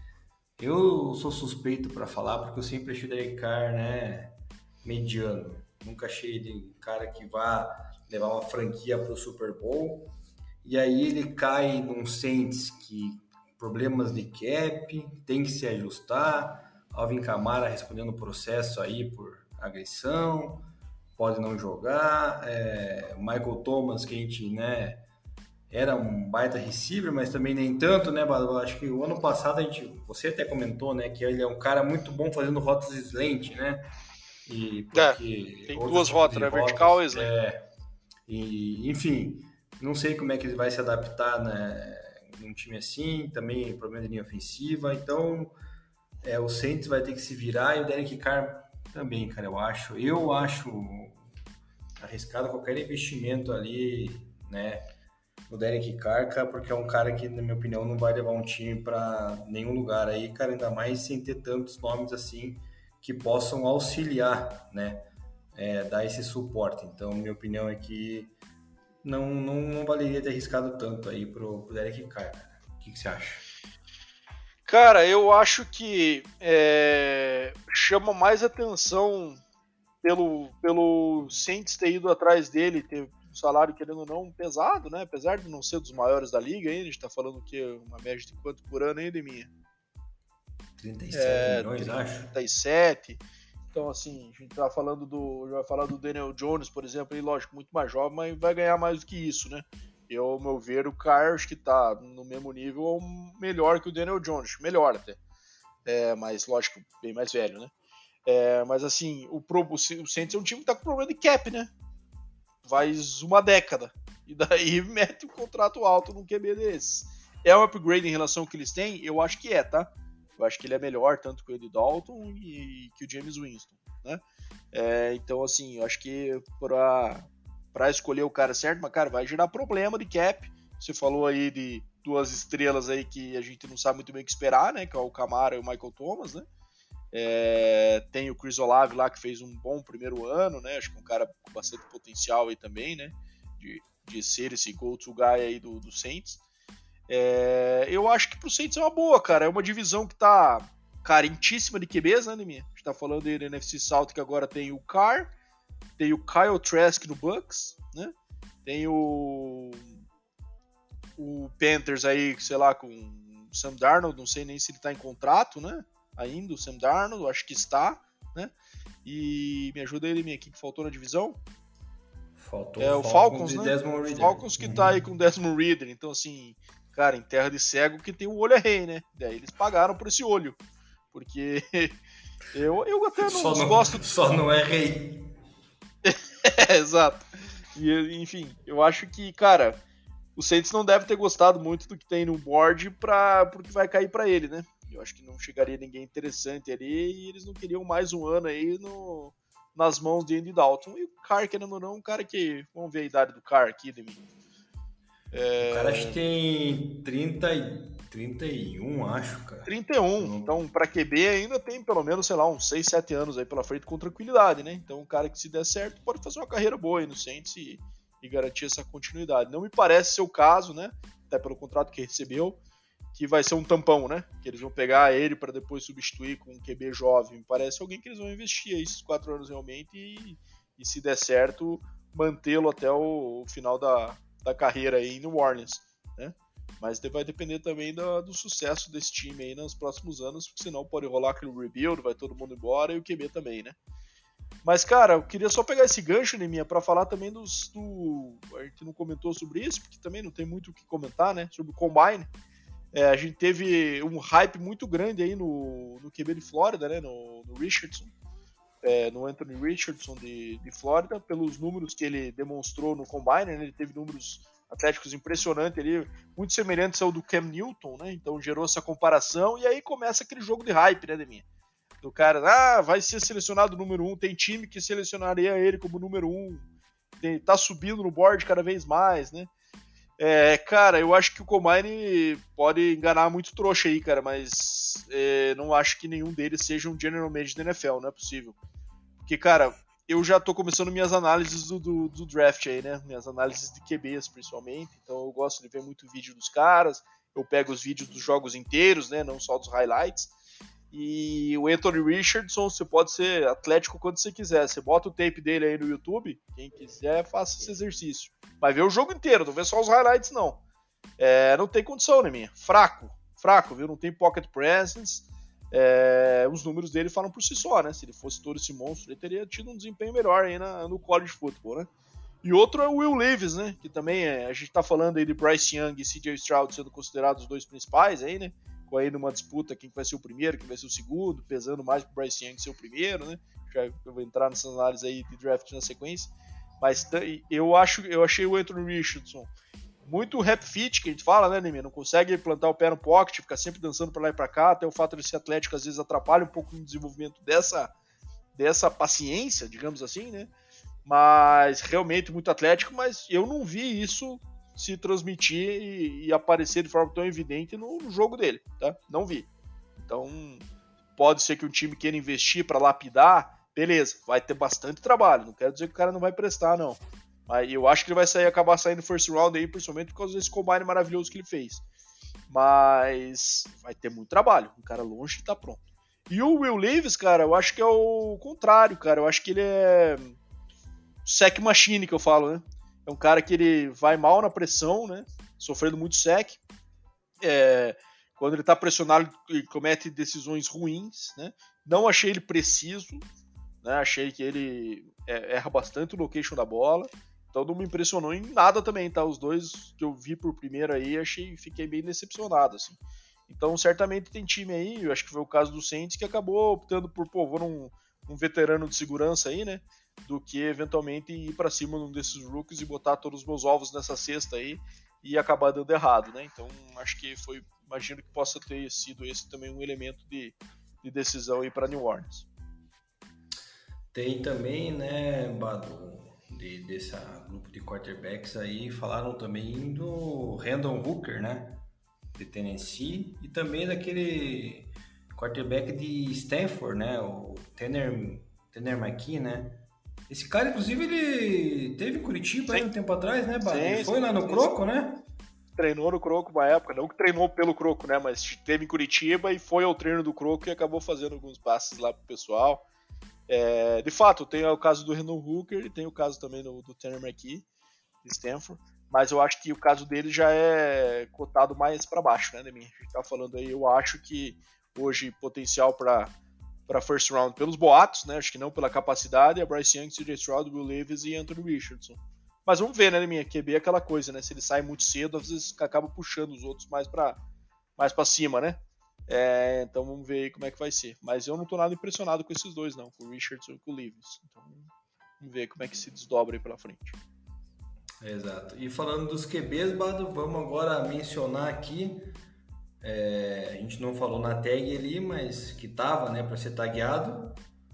eu sou suspeito para falar porque eu sempre achei o Derek Carr, né, mediano. Nunca achei ele um cara que vá levar uma franquia para o Super Bowl. E aí ele cai num Saints que problemas de cap, tem que se ajustar. Alvin Kamara respondendo o processo aí por agressão, pode não jogar. É, Michael Thomas, que a gente, né, era um baita receiver, mas também nem tanto, né, Badu? Acho que o ano passado a gente, você até comentou, né, que ele é um cara muito bom fazendo rotas slant, né? E porque é, tem duas rotas, né, vertical e slant. É, e, enfim, não sei como é que ele vai se adaptar, né, num time assim, também problema de linha ofensiva, então é, o Saints vai ter que se virar e o Derek Carr também, cara, eu acho, eu acho arriscado qualquer investimento ali, né, no Derek Carr, porque é um cara que, na minha opinião, não vai levar um time para nenhum lugar aí, cara, ainda mais sem ter tantos nomes assim que possam auxiliar, né, é, dar esse suporte. Então, minha opinião é que não, não, não valeria ter arriscado tanto aí pro, pro Derek Carr. O que, que você acha? Cara, eu acho que é, chama mais atenção pelo, pelo Saints ter ido atrás dele, ter um salário, querendo ou não, pesado, né? Apesar de não ser dos maiores da liga ainda, a gente tá falando que uma média de quanto por ano ainda, minha? trinta e sete é, milhões, trinta, acho. trinta e sete. Então, assim, a gente tá falando do. Já vai falar do Daniel Jones, por exemplo, e lógico, muito mais jovem, mas vai ganhar mais do que isso, né? Eu, ao meu ver, o Carr, acho que tá no mesmo nível ou melhor que o Daniel Jones, melhor até. É, mas, lógico, bem mais velho, né? É, mas, assim, o, Pro, o Saints é um time que tá com problema de cap, né? Faz uma década. E daí mete um contrato alto num Q B desses. É um upgrade em relação ao que eles têm? Eu acho que é, tá? Eu acho que ele é melhor tanto que o Andy Dalton e que o James Winston, né? É, então, assim, eu acho que pra, pra escolher o cara certo, mas, cara, vai gerar problema de cap. Você falou aí de duas estrelas aí que a gente não sabe muito bem o que esperar, né? Que é o Kamara e o Michael Thomas, né? É, tem o Chris Olave lá que fez um bom primeiro ano, né? Acho que é um cara com bastante potencial aí também, né? De, de ser esse go-to guy aí do, do Saints. É, eu acho que pro Saints é uma boa, cara. É uma divisão que tá carentíssima de Q Bs, né, Neminha? A gente tá falando aí da N F C South, que agora tem o Carr, tem o Kyle Trask no Bucks, né? Tem o o Panthers aí, sei lá, com o Sam Darnold, não sei nem se ele tá em contrato, né? Ainda, o Sam Darnold, acho que está, né? E me ajuda ele, minha, aqui que faltou na divisão. Faltou é, o Falcons, Falcons né? O Falcons que uhum. tá aí com o Desmond Ridder, então assim, cara, em terra de cego que tem o olho é rei, né? Daí eles pagaram por esse olho, porque eu, eu até não só gosto... Não, só não é rei. É, exato. E, enfim, eu acho que, cara, o Saints não deve ter gostado muito do que tem no board pra, pro que vai cair pra ele, né? Eu acho que não chegaria ninguém interessante ali e eles não queriam mais um ano aí no, nas mãos de Andy Dalton. E o Carr, querendo ou não, um cara que... Vamos ver a idade do Carr aqui, de mim. É... O cara acho que tem trinta, trinta e um, acho, cara. trinta e um. Não... Então, pra Q B ainda tem pelo menos, sei lá, uns seis, sete anos aí pela frente com tranquilidade, né? Então, um cara que se der certo pode fazer uma carreira boa aí no Saints e, e garantir essa continuidade. Não me parece ser o caso, né? Até pelo contrato que recebeu, que vai ser um tampão, né? Que eles vão pegar ele para depois substituir com um Q B jovem. Me parece alguém que eles vão investir aí esses quatro anos realmente e, e se der certo, mantê-lo até o, o final da, da carreira aí em New Orleans, né? Mas vai depender também do, do sucesso desse time aí nos próximos anos, porque senão pode rolar aquele rebuild, vai todo mundo embora e o Q B também, né? Mas, cara, eu queria só pegar esse gancho, Neminha, para falar também dos... Do... A gente não comentou sobre isso, porque também não tem muito o que comentar, né? Sobre o Combine. É, a gente teve um hype muito grande aí no, no Q B de Flórida, né? No, no Richardson. É, no Anthony Richardson de, de Flórida, pelos números que ele demonstrou no Combine, né? Ele teve números atléticos impressionantes ali, muito semelhantes ao do Cam Newton, né? Então gerou essa comparação e aí começa aquele jogo de hype, né, Deminha? Do cara, ah, vai ser selecionado número um, tem time que selecionaria ele como número um, tem, tá subindo no board cada vez mais, né? É, cara, eu acho que o Combine pode enganar muito trouxa aí, cara, mas é, não acho que nenhum deles seja um general manager da N F L, não é possível. Porque, cara, eu já tô começando minhas análises do, do, do draft aí, né? Minhas análises de Q Bs, principalmente. Então eu gosto de ver muito vídeo dos caras, eu pego os vídeos dos jogos inteiros, né? Não só dos highlights. E o Anthony Richardson, você pode ser atlético quando você quiser. Você bota o tape dele aí no YouTube, quem quiser, faça esse exercício. Vai ver o jogo inteiro, não vê só os highlights, não. É, não tem condição, né, minha? Fraco, fraco, viu? Não tem pocket presence. É, os números dele falam por si só, né? Se ele fosse todo esse monstro, ele teria tido um desempenho melhor aí na, no college football, né? E outro é o Will Levis, né? Que também é, a gente tá falando aí de Bryce Young e C J Stroud sendo considerados os dois principais aí, né? Com aí numa disputa quem vai ser o primeiro, quem vai ser o segundo, pesando mais pro Bryce Young ser o primeiro, né? Já eu vou entrar nessas análises aí de draft na sequência. Mas eu acho, eu achei o Anthony Richardson muito rap fit, que a gente fala, né, Neymar? Não consegue plantar o pé no pocket, fica sempre dançando pra lá e pra cá, até o fato de ser atlético às vezes atrapalha um pouco no desenvolvimento dessa, dessa paciência, digamos assim, né? Mas realmente muito atlético, mas eu não vi isso se transmitir e, e aparecer de forma tão evidente no, no jogo dele, tá? Não vi. Então, pode ser que um time queira investir para lapidar, beleza, vai ter bastante trabalho, não quero dizer que o cara não vai prestar, não. Mas eu acho que ele vai sair, acabar saindo first round aí, principalmente por causa desse combine maravilhoso que ele fez. Mas vai ter muito trabalho, um cara longe de tá pronto. E o Will Levis, cara, eu acho que é o contrário, cara, eu acho que ele é sack machine, que eu falo, né? É um cara que ele vai mal na pressão, né? Sofrendo muito sack. É, quando ele tá pressionado, ele comete decisões ruins, né? Não achei ele preciso, né? Achei que ele erra bastante o location da bola. Então não me impressionou em nada também, tá? Os dois que eu vi por primeiro aí, achei, fiquei bem decepcionado, assim. Então certamente tem time aí, eu acho que foi o caso do Saints, que acabou optando por, pô, vou num, num veterano de segurança aí, né? Do que eventualmente ir para cima de um desses rookies e botar todos os meus ovos nessa cesta aí e acabar dando errado, né? Então acho que foi, imagino que possa ter sido esse também um elemento de, de decisão aí para New Orleans. Tem também, né, Bado, de, desse grupo de quarterbacks aí, falaram também do Hendon Hooker, né, de Tennessee, e também daquele quarterback de Stanford, né, o Tanner, Tanner McKee, né. Esse cara, inclusive, ele teve em Curitiba aí um tempo atrás, né, Bado? Ele foi sim, lá no sim, Croco, sim. né? Treinou no Croco uma época, não que treinou pelo Croco, né, mas teve em Curitiba e foi ao treino do Croco e acabou fazendo alguns passes lá pro pessoal. É, de fato, tem o caso do Hendon Hooker e tem o caso também do, do Tanner McKee, de Stanford, mas eu acho que o caso dele já é cotado mais para baixo, né, Deminha? A gente tá falando aí, eu acho que hoje potencial para para first round pelos boatos, né? Acho que não pela capacidade, é Bryce Young, C J Stroud, Will Levis e Anthony Richardson. Mas vamos ver, né, Deminha? Q B é aquela coisa, né? Se ele sai muito cedo, às vezes acaba puxando os outros mais para mais para cima, né? É, então vamos ver aí como é que vai ser. Mas eu não tô nada impressionado com esses dois, não. Com o Richardson e com o Levis. Então vamos ver como é que se desdobra aí pela frente. Exato. E falando dos Q Bs, Bado, vamos agora mencionar aqui. É, a gente não falou na tag ali, mas que tava, né, para ser tagueado.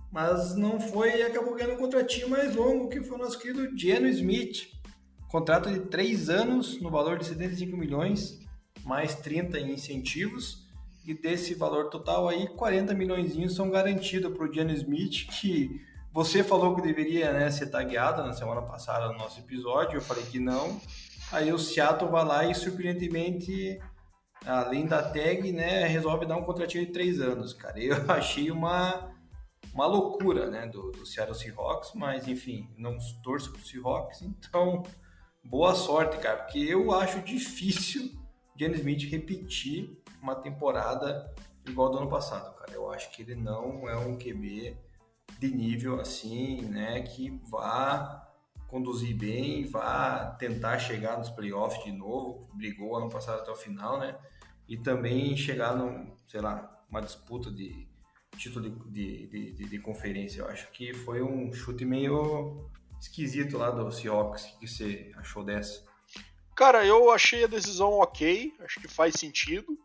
mas não foi e acabou ganhando um contratinho mais longo, que foi o nosso querido Geno Smith. Contrato de três anos, no valor de setenta e cinco milhões, mais trinta em incentivos, e desse valor total aí, quarenta milhões são garantidos para o Geno Smith, que você falou que deveria, né, ser tagueado na semana passada no nosso episódio, eu falei que não. Aí o Seattle vai lá e, surpreendentemente, além da tag, né, resolve dar um contratinho de três anos, cara. Eu achei uma, uma loucura, né, do, do Seattle Seahawks, mas, enfim, não torço pro Seahawks, então, boa sorte, cara, porque eu acho difícil o Geno Smith repetir uma temporada igual do ano passado, cara. Eu acho que ele não é um Q B de nível assim, né, que vá conduzir bem, vá tentar chegar nos playoffs de novo, brigou ano passado até o final, né, e também chegar num, sei lá, uma disputa de título de, de, de, de conferência. Eu acho que foi um chute meio esquisito lá do Seahawks. O que você achou dessa? Cara, eu achei a decisão ok, acho que faz sentido.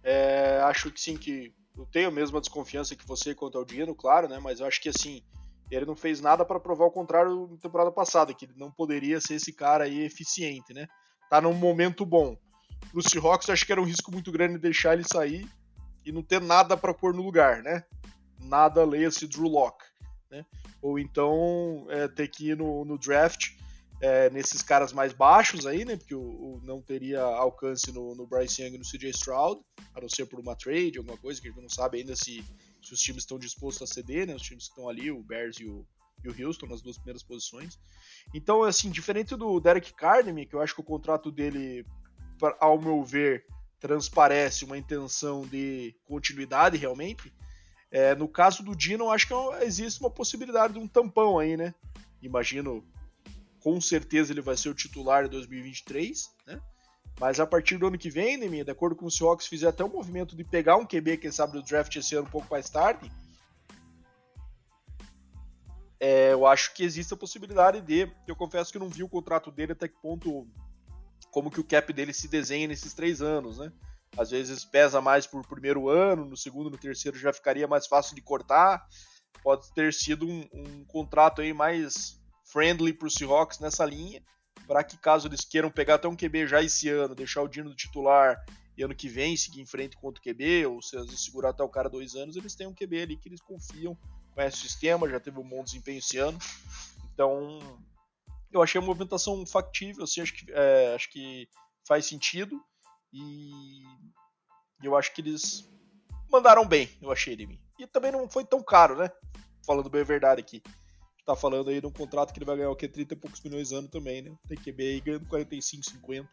É, acho que sim, que eu tenho a mesma desconfiança que você quanto ao Geno, claro, né? Mas eu acho que assim, ele não fez nada para provar o contrário na temporada passada, que ele não poderia ser esse cara aí eficiente, né? Tá num momento bom. Pro Seahawks, eu acho que era um risco muito grande deixar ele sair e não ter nada para pôr no lugar, né? Nada, leia-se Drew Lock, né? Ou então é, ter que ir no, no draft é, nesses caras mais baixos aí, né? Porque o, o não teria alcance no, no Bryce Young e no C J Stroud, a não ser por uma trade, alguma coisa que a gente não sabe ainda se, se os times estão dispostos a ceder, né? Os times que estão ali, o Bears e o, e o Houston, nas duas primeiras posições. Então, assim, diferente do Derek Carr, que eu acho que o contrato dele, ao meu ver, transparece uma intenção de continuidade realmente. É, no caso do Geno, eu acho que existe uma possibilidade de um tampão aí, né? Imagino, com certeza ele vai ser o titular em dois mil e vinte e três, né? Mas a partir do ano que vem, né, de acordo com o Seahawks, fizer até o movimento de pegar um Q B, quem sabe, do draft esse ano um pouco mais tarde, é, eu acho que existe a possibilidade de... Eu confesso que não vi o contrato dele até que ponto, como que o cap dele se desenha nesses três anos, né? Às vezes pesa mais por primeiro ano, no segundo, no terceiro já ficaria mais fácil de cortar. Pode ter sido um, um contrato aí mais friendly para os Seahawks nessa linha, para que caso eles queiram pegar até um Q B já esse ano, deixar o Geno do titular e ano que vem seguir em frente contra o Q B, ou se eles segurar até o cara dois anos, eles têm um Q B ali que eles confiam, conhece o sistema, já teve um bom desempenho esse ano. Então, eu achei uma movimentação factível, assim, acho que, é, acho que faz sentido. E eu acho que eles mandaram bem, eu achei de mim. E também não foi tão caro, né? Falando bem a verdade aqui. Tá falando aí de um contrato que ele vai ganhar o quê? trinta e poucos milhões ano também, né? Tem Q B aí ganhando quarenta e cinco, cinquenta.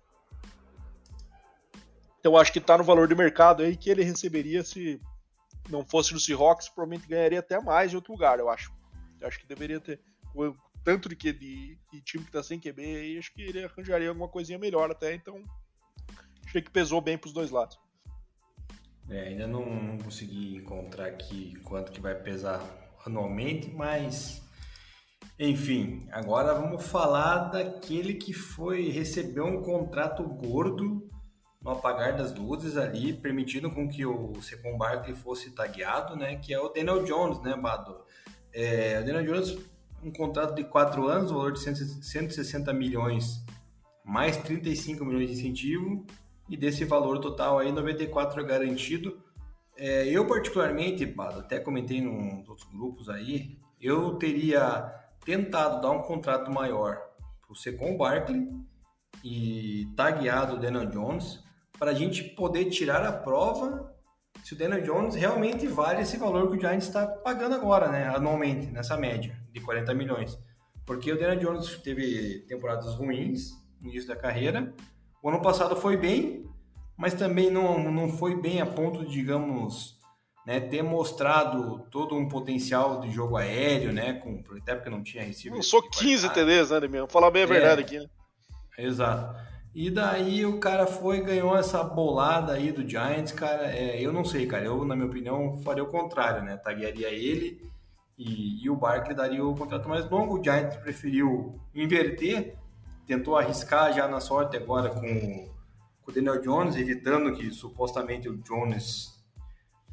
Então acho que tá no valor de mercado aí que ele receberia se não fosse no Seahawks, provavelmente ganharia até mais em outro lugar, eu acho. Eu acho que deveria ter tanto de, de, de time que tá sem Q B aí, acho que ele arranjaria alguma coisinha melhor até, então achei que pesou bem pros dois lados. É, ainda não, não consegui encontrar aqui quanto que vai pesar anualmente, mas enfim, agora vamos falar daquele que foi recebeu um contrato gordo no apagar das luzes ali, permitindo com que o Saquon Barkley fosse tagueado, né, que é o Daniel Jones, né, Bado? É, o Daniel Jones, um contrato de quatro anos, valor de cento e sessenta milhões, mais trinta e cinco milhões de incentivo, e desse valor total aí, noventa e quatro é garantido. É, eu particularmente, Bado, até comentei nos outros grupos aí, eu teria tentado dar um contrato maior para o Saquon Barkley e tagueado o Daniel Jones, para a gente poder tirar a prova se o Daniel Jones realmente vale esse valor que o Giants está pagando agora, né, anualmente, nessa média de quarenta milhões. Porque o Daniel Jones teve temporadas ruins no início da carreira. O ano passado foi bem, mas também não, não foi bem a ponto de, digamos, né, ter mostrado todo um potencial de jogo aéreo, né, com, até porque não tinha recebido. Não sou quinze T Ds, né, mesmo? Falar bem a verdade é, aqui, né? Exato. E daí o cara foi e ganhou essa bolada aí do Giants, cara. É, eu não sei, cara. Eu, na minha opinião, faria o contrário, né? Taguearia ele e, e o Barkley daria o contrato mais longo. O Giants preferiu inverter, tentou arriscar já na sorte agora com, com o Daniel Jones, evitando que supostamente o Jones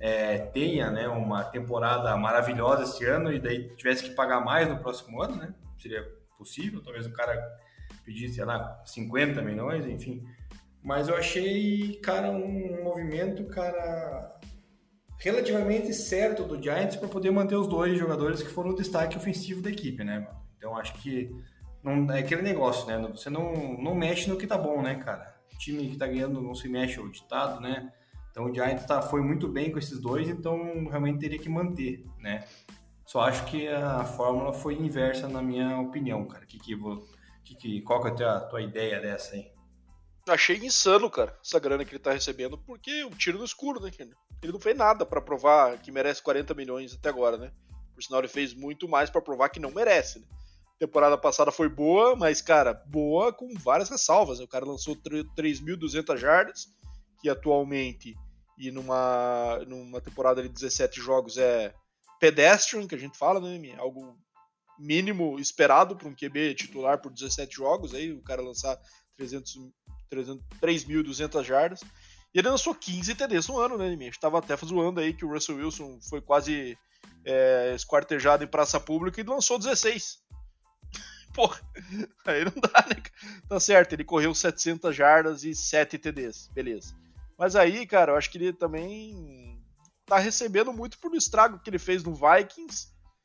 é, tenha, né, uma temporada maravilhosa esse ano e daí tivesse que pagar mais no próximo ano, né? Seria possível, talvez o cara pedisse, sei lá, cinquenta milhões, enfim. Mas eu achei, cara, um movimento, cara, relativamente certo do Giants para poder manter os dois jogadores que foram o destaque ofensivo da equipe, né? Então acho que não, é aquele negócio, né? Você não, não mexe no que tá bom, né, cara? O time que tá ganhando não se mexe, é o ditado, né? Então o Giants tá, foi muito bem com esses dois, então realmente teria que manter, né? Só acho que a fórmula foi inversa na minha opinião, cara. Que que vou, que que, qual que é a tua, a tua ideia dessa aí? Achei insano, cara, essa grana que ele tá recebendo, porque um tiro no escuro, né, cara? Ele não fez nada pra provar que merece quarenta milhões até agora, né? Por sinal, ele fez muito mais pra provar que não merece, né? A temporada passada foi boa, mas, cara, boa com várias ressalvas, né? O cara lançou três mil e duzentas jardas, que atualmente, e numa, numa temporada de dezessete jogos, é pedestrian, que a gente fala, né? Algo mínimo esperado para um Q B titular por dezessete jogos, aí o cara lançar trezentos, trezentos, três mil e duzentas jardas. E ele lançou quinze T Ds no ano, né? A gente tava até zoando aí que o Russell Wilson foi quase é, esquartejado em praça pública e lançou dezesseis. Porra, aí não dá, né? Tá certo, ele correu setecentas jardas e sete T Ds, beleza. Mas aí, cara, eu acho que ele também tá recebendo muito por estrago que ele fez no Vikings,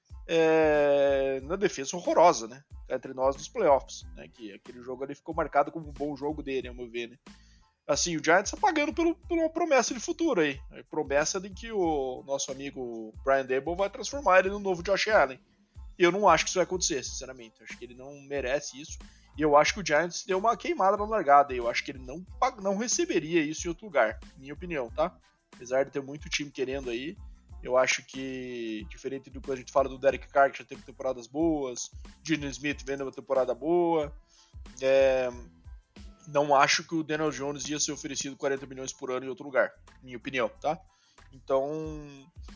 é, na defesa horrorosa, né? Entre nós nos playoffs, né? Que aquele jogo ali ficou marcado como um bom jogo dele, ao meu ver, né? Assim, o Giants tá pagando pelo, por uma promessa de futuro aí. A promessa de que o nosso amigo Brian Daboll vai transformar ele no novo Josh Allen. E eu não acho que isso vai acontecer, sinceramente. Eu acho que ele não merece isso. E eu acho que o Giants deu uma queimada na largada. E eu acho que ele não, não receberia isso em outro lugar, minha opinião, tá? Apesar de ter muito time querendo aí, eu acho que, diferente do que a gente fala do Derek Carr, que já teve temporadas boas, Geno Smith vendo uma temporada boa, é, não acho que o Daniel Jones ia ser oferecido quarenta milhões por ano em outro lugar, minha opinião, tá? Então,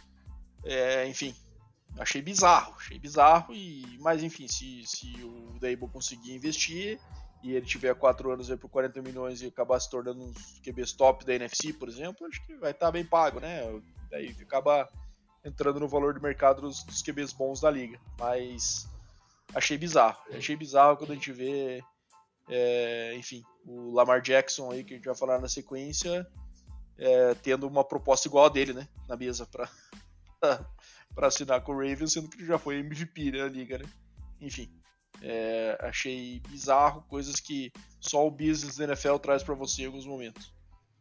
é, enfim, achei bizarro, achei bizarro, e, mas enfim, se, se o Daboll conseguir investir e ele tiver quatro anos aí por quarenta milhões e acabar se tornando um Q Bs top da N F C, por exemplo, acho que vai estar bem pago, né? Daí acaba entrando no valor de mercado dos, dos Q Bs bons da liga. Mas achei bizarro. Achei bizarro quando a gente vê, é, enfim, o Lamar Jackson aí, que a gente vai falar na sequência, é, tendo uma proposta igual a dele, né? Na mesa para para assinar com o Ravens, sendo que ele já foi M V P, né, na liga, né? Enfim, é, achei bizarro, coisas que só o business da N F L traz para você em alguns momentos.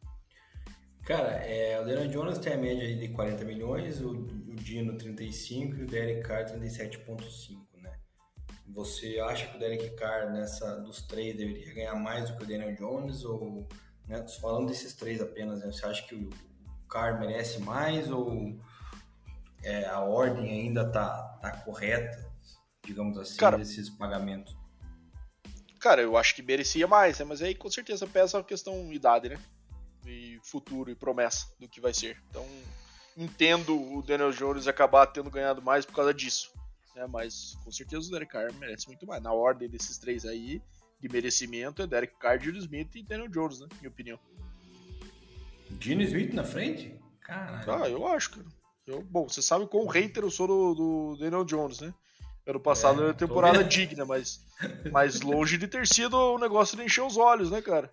Cara, é, o Daniel Jones tem a média aí de quarenta milhões, o, o Geno trinta e cinco e o Derek Carr trinta e sete vírgula cinco, né? Você acha que o Derek Carr, nessa, dos três, deveria ganhar mais do que o Daniel Jones? Ou, né, falando desses três apenas, né, você acha que o Carr merece mais ou é, a ordem ainda tá, tá correta, digamos assim, cara, desses pagamentos? Cara, eu acho que merecia mais, né? Mas aí com certeza pesa a questão idade, né? E futuro e promessa do que vai ser. Então, entendo o Daniel Jones acabar tendo ganhado mais por causa disso, né? Mas com certeza o Derek Carr merece muito mais. Na ordem desses três aí, de merecimento, é Derek Carr, Geno Smith e Daniel Jones, né? Minha opinião. Geno Smith na frente? Caralho. Ah, eu acho, cara. Eu, bom, você sabe quão hater eu sou do, do Daniel Jones, né? Ano passado era é, uma temporada digna, mas, mas longe de ter sido um negócio de encher os olhos, né, cara?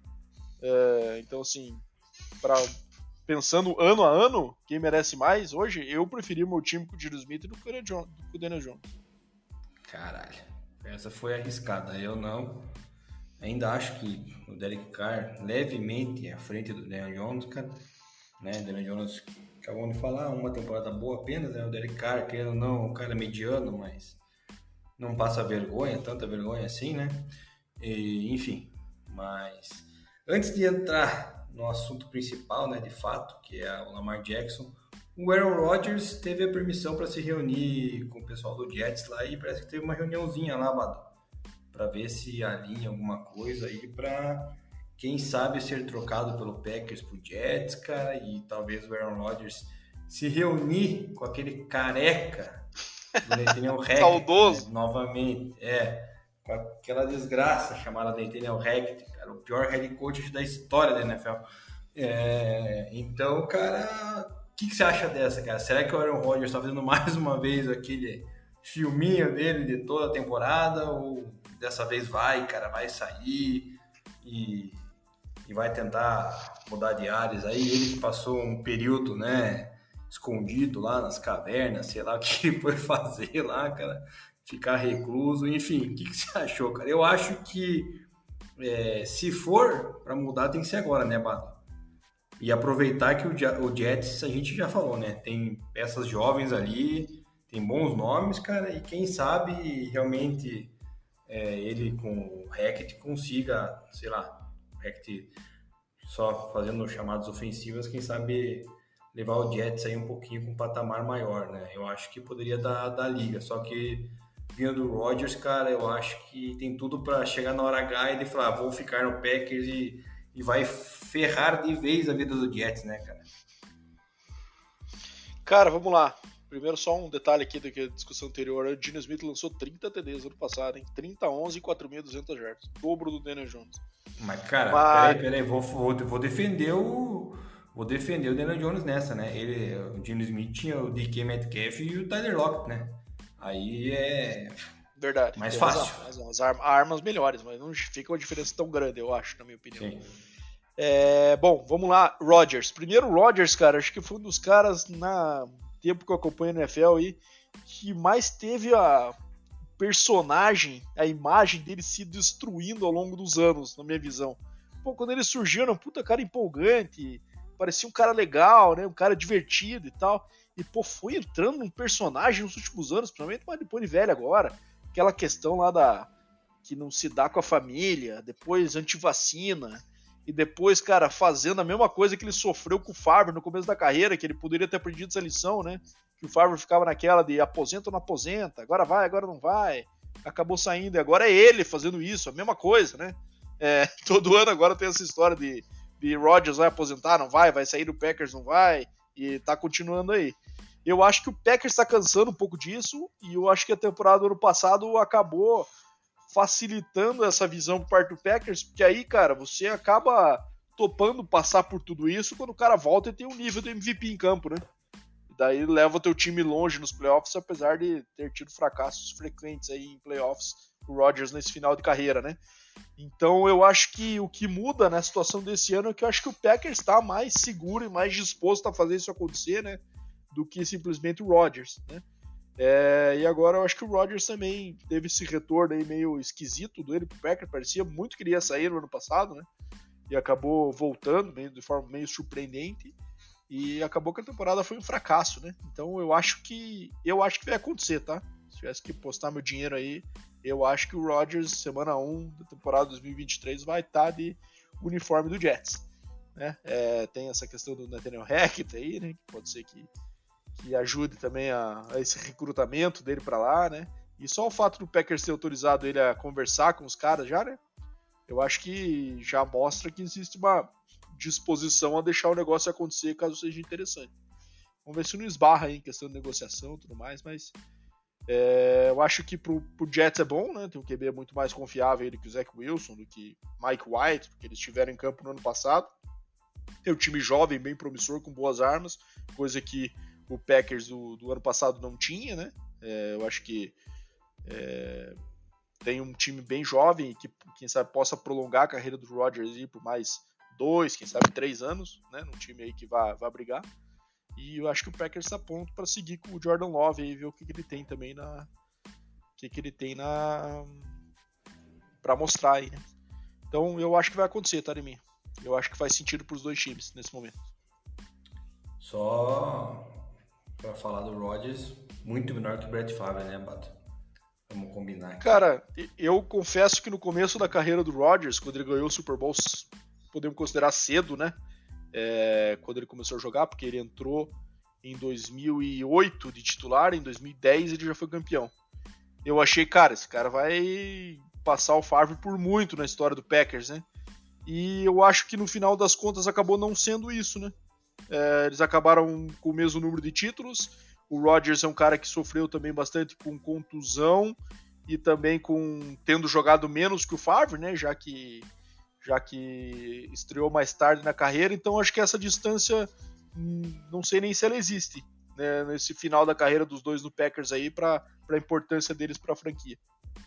É, então, assim, pra, pensando ano a ano, quem merece mais hoje, eu preferi o meu time com o Geno Smith do que o Daniel Jones. Caralho, essa foi arriscada. Eu não. Ainda acho que o Derek Carr levemente à frente do Daniel Jones, cara. Né? Daniel Jones, acabamos de falar, uma temporada boa apenas, né? O Derek Carr, querendo ou não, um cara mediano, mas não passa vergonha, tanta vergonha assim, né? E, enfim, mas antes de entrar no assunto principal, né, de fato, que é o Lamar Jackson, o Aaron Rodgers teve a permissão para se reunir com o pessoal do Jets lá e parece que teve uma reuniãozinha lá, Bado, para ver se alinha alguma coisa aí para, quem sabe, ser trocado pelo Packers pro Jets, cara, e talvez o Aaron Rodgers se reunir com aquele careca do Nathaniel Hackett, saudoso, né, novamente, é, com aquela desgraça chamada Nathaniel Hackett, cara, o pior head coach da história da N F L. É, então, cara, que, que você acha dessa, cara? Será que o Aaron Rodgers está fazendo mais uma vez aquele filminho dele de toda a temporada? Ou dessa vez vai, cara, vai sair e, e vai tentar mudar de áreas? Aí ele que passou um período, né, escondido lá nas cavernas, sei lá o que ele foi fazer lá, cara, ficar recluso, enfim, o que, que você achou, cara? Eu acho que é, se for para mudar tem que ser agora, né, Bato? E aproveitar que o Jets, a gente já falou, né? Tem peças jovens ali, tem bons nomes, cara, e quem sabe realmente é, ele com o Hackett consiga, sei lá, o Hackett só fazendo chamadas ofensivas, quem sabe levar o Jets aí um pouquinho com um patamar maior, né? Eu acho que poderia dar, dar liga, só que vindo do Rodgers, cara, eu acho que tem tudo para chegar na hora H e ele falar, ah, vou ficar no Packers e E vai ferrar de vez a vida do Jets, né, cara? Cara, vamos lá. Primeiro, só um detalhe aqui da discussão anterior. O Geno Smith lançou trinta T Ds ano passado, hein? trinta, onze e quatro mil e duzentas jardas. Dobro do Daniel Jones. Mas, cara, Mas... peraí, peraí. Vou, vou, vou defender o... Vou defender o Daniel Jones nessa, né? Ele, o Geno Smith tinha o D K Metcalf e o Tyler Lockett, né? Aí é... Verdade. Mais fácil. Razão, as armas, armas melhores, mas não fica uma diferença tão grande, eu acho, na minha opinião. Sim. É, bom, vamos lá. Rodgers. Primeiro, Rodgers, cara, acho que foi um dos caras, na tempo que eu acompanho a N F L aí, que mais teve a personagem, a imagem dele se destruindo ao longo dos anos, na minha visão. Pô, quando ele surgiu, era um puta cara empolgante, parecia um cara legal, né? Um cara divertido e tal. E, pô, foi entrando num personagem nos últimos anos, principalmente mas depois de velho agora. Aquela questão lá da que não se dá com a família, depois antivacina, e depois, cara, fazendo a mesma coisa que ele sofreu com o Favre no começo da carreira, que ele poderia ter aprendido essa lição, né? Que o Favre ficava naquela de aposenta ou não aposenta, agora vai, agora não vai, acabou saindo, e agora é ele fazendo isso, a mesma coisa, né? É, todo ano agora tem essa história de, de Rodgers vai aposentar, não vai, vai sair do Packers, não vai, e tá continuando aí. Eu acho que o Packers está cansando um pouco disso, e eu acho que a temporada do ano passado acabou facilitando essa visão por parte do Packers, porque aí, cara, você acaba topando passar por tudo isso quando o cara volta e tem um nível do M V P em campo, né? E daí leva o teu time longe nos playoffs, apesar de ter tido fracassos frequentes aí em playoffs, o Rodgers nesse final de carreira, né? Então eu acho que o que muda na situação desse ano é que eu acho que o Packers está mais seguro e mais disposto a fazer isso acontecer, né? Do que simplesmente o Rodgers, né? É, e agora eu acho que o Rodgers também teve esse retorno aí meio esquisito dele pro Packers, parecia muito que ele ia sair no ano passado, né? E acabou voltando meio, de forma meio surpreendente e acabou que a temporada foi um fracasso, né? Então eu acho que eu acho que vai acontecer, tá? Se tivesse que postar meu dinheiro aí, eu acho que o Rodgers, semana um da temporada dois mil e vinte e três, vai estar de uniforme do Jets, né? É, tem essa questão do Nathaniel Hackett aí, né? Que pode ser que que ajude também a, a esse recrutamento dele para lá, né? E só o fato do Packers ter autorizado ele a conversar com os caras já, né? Eu acho que já mostra que existe uma disposição a deixar o negócio acontecer caso seja interessante. Vamos ver se não esbarra aí em questão de negociação e tudo mais, mas é, eu acho que pro, pro Jets é bom, né? Tem um Q B muito mais confiável do que o Zach Wilson, do que Mike White, porque eles estiveram em campo no ano passado. Tem um time jovem, bem promissor, com boas armas, coisa que o Packers do, do ano passado não tinha, né? É, eu acho que é, tem um time bem jovem que, quem sabe, possa prolongar a carreira do Rodgers aí por mais dois, quem sabe três anos, né? Num time aí que vai, vai brigar. E eu acho que o Packers está pronto para seguir com o Jordan Love aí, ver o que, que ele tem também na, o que, que ele tem na, para mostrar aí, né? Então eu acho que vai acontecer, tá, Ademir? Eu acho que faz sentido para os dois times nesse momento. Só para falar do Rodgers, muito menor que o Brett Favre, né, Bato? Vamos combinar aqui. Cara, eu confesso que no começo da carreira do Rodgers, quando ele ganhou o Super Bowl, podemos considerar cedo, né? É, quando ele começou a jogar, porque ele entrou em dois mil e oito de titular, em dois mil e dez ele já foi campeão. Eu achei, cara, esse cara vai passar o Favre por muito na história do Packers, né? E eu acho que no final das contas acabou não sendo isso, né? É, eles acabaram com o mesmo número de títulos. O Rodgers é um cara que sofreu também bastante com contusão e também com tendo jogado menos que o Favre, né? Já que, já que estreou mais tarde na carreira. Então acho que essa distância não sei nem se ela existe, né, nesse final da carreira dos dois no Packers aí, para a importância deles para a franquia.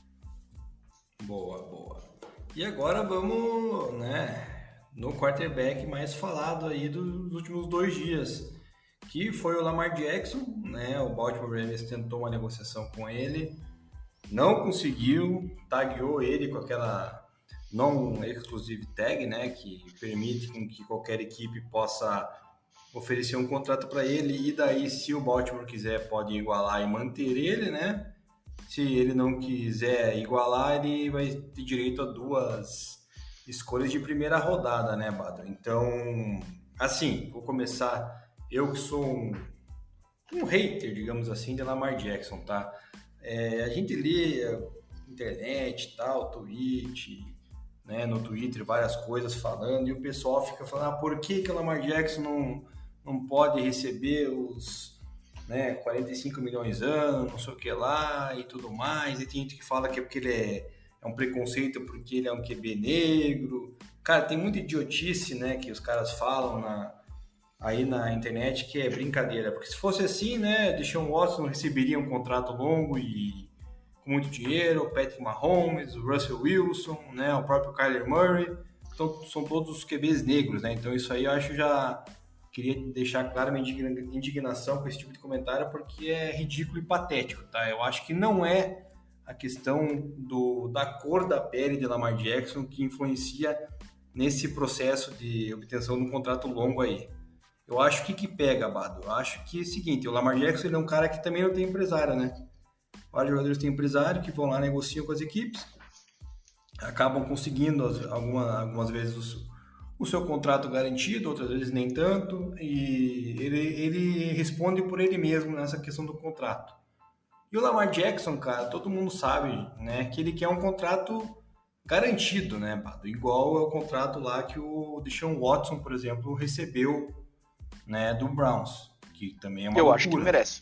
Boa, boa. E agora vamos, né, no quarterback mais falado aí dos últimos dois dias, que foi o Lamar Jackson, né? O Baltimore Ravens tentou uma negociação com ele, não conseguiu, tagueou ele com aquela non-exclusive tag, né, que permite com que qualquer equipe possa oferecer um contrato para ele, e daí, se o Baltimore quiser, pode igualar e manter ele, né? Se ele não quiser igualar, ele vai ter direito a duas escolhas de primeira rodada, né, Bado? Então, assim, vou começar. Eu que sou um, um hater, digamos assim, de Lamar Jackson, tá? É, a gente lê internet, tal, tweet, né, no Twitter, várias coisas falando, e o pessoal fica falando, ah, por que que o Lamar Jackson não, não pode receber os, né, quarenta e cinco milhões anos, não sei o que lá, e tudo mais, e tem gente que fala que é porque ele é, é um preconceito, porque ele é um Q B negro. Cara, tem muita idiotice, né, que os caras falam na, aí na internet, que é brincadeira, porque se fosse assim, né, Deshaun Watson receberia um contrato longo e com muito dinheiro, o Patrick Mahomes, o Russell Wilson, né, o próprio Kyler Murray, então são todos os Q Bs negros, né, então isso aí eu acho já... Queria deixar clara minha indignação com esse tipo de comentário, porque é ridículo e patético, tá? Eu acho que não é a questão do, da cor da pele de Lamar Jackson que influencia nesse processo de obtenção de um contrato longo aí. Eu acho que que pega, Bado? Eu acho que é o seguinte, o Lamar Jackson ele é um cara que também não tem empresário, né? Vários jogadores têm empresário que vão lá, negociam com as equipes, acabam conseguindo alguma, algumas vezes os o seu contrato garantido, outras vezes nem tanto, e ele, ele responde por ele mesmo nessa questão do contrato. E o Lamar Jackson, cara, todo mundo sabe, né, que ele quer um contrato garantido, né, Bado? Igual ao contrato lá que o Deshaun Watson, por exemplo, recebeu, né, do Browns, que também é uma Eu loucura. acho que ele merece.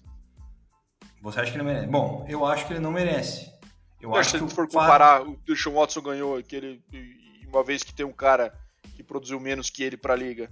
Você acha que ele merece? Bom, eu acho que ele não merece. Eu, eu acho se que se for comparar, o Deshaun Watson ganhou aquele, uma vez que tem um cara que produziu menos que ele para a liga,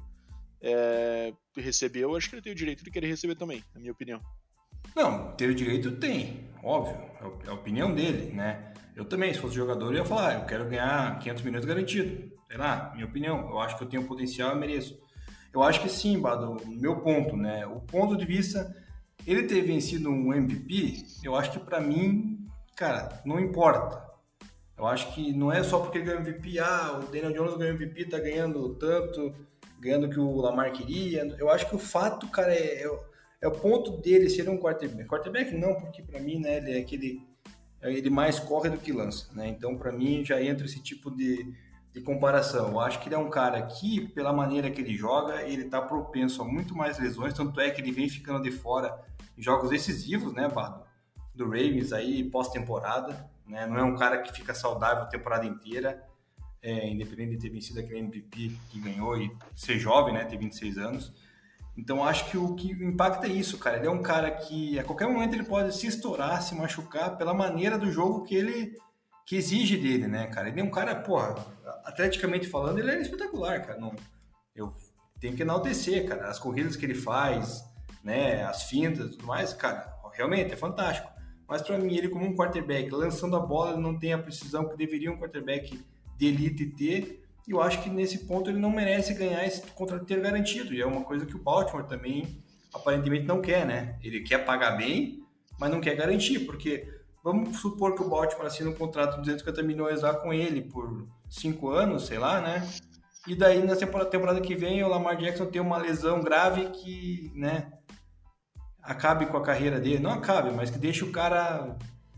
é, recebeu, eu acho que ele tem o direito de querer receber também, na minha opinião. Não, ter o direito tem, óbvio, é a opinião dele, né? Eu também, se fosse jogador, eu ia falar, ah, eu quero ganhar quinhentos minutos garantido, sei lá, minha opinião, eu acho que eu tenho potencial e mereço. Eu acho que sim, Bado, meu ponto, né? O ponto de vista, ele ter vencido um M V P, eu acho que para mim, cara, não importa. Eu acho que não é só porque ele ganhou M V P, ah, o Daniel Jones ganhou M V P, tá ganhando tanto, ganhando o que o Lamar queria. Eu acho que o fato, cara, é, é, é o ponto dele ser um quarterback. Quarterback não, porque pra mim, né, ele é aquele, ele mais corre do que lança, né? Então, pra mim, já entra esse tipo de, de comparação. Eu acho que ele é um cara que, pela maneira que ele joga, ele tá propenso a muito mais lesões, tanto é que ele vem ficando de fora em jogos decisivos, né, Bado? Do Ravens aí, pós-temporada. Né? Não é um cara que fica saudável a temporada inteira, é, independente de ter vencido aquele M V P que ganhou e ser jovem, né? Ter vinte e seis anos. Então acho que o que impacta é isso, cara. Ele é um cara que a qualquer momento ele pode se estourar, se machucar pela maneira do jogo que ele que exige dele, né, cara? Ele é um cara, porra, atleticamente falando, ele é espetacular, cara. Não, eu tenho que enaltecer, cara. As corridas que ele faz, né? As fintas e tudo mais, cara, realmente é fantástico. Mas para mim, ele como um quarterback, lançando a bola, ele não tem a precisão que deveria um quarterback de elite ter. E eu acho que nesse ponto ele não merece ganhar esse contrato inteiro garantido. E é uma coisa que o Baltimore também aparentemente não quer, né? Ele quer pagar bem, mas não quer garantir. Porque vamos supor que o Baltimore assina um contrato de duzentos e cinquenta milhões lá com ele por cinco anos, sei lá, né? E daí na temporada que vem o Lamar Jackson tem uma lesão grave que, né, acabe com a carreira dele, não acabe, mas que deixe o cara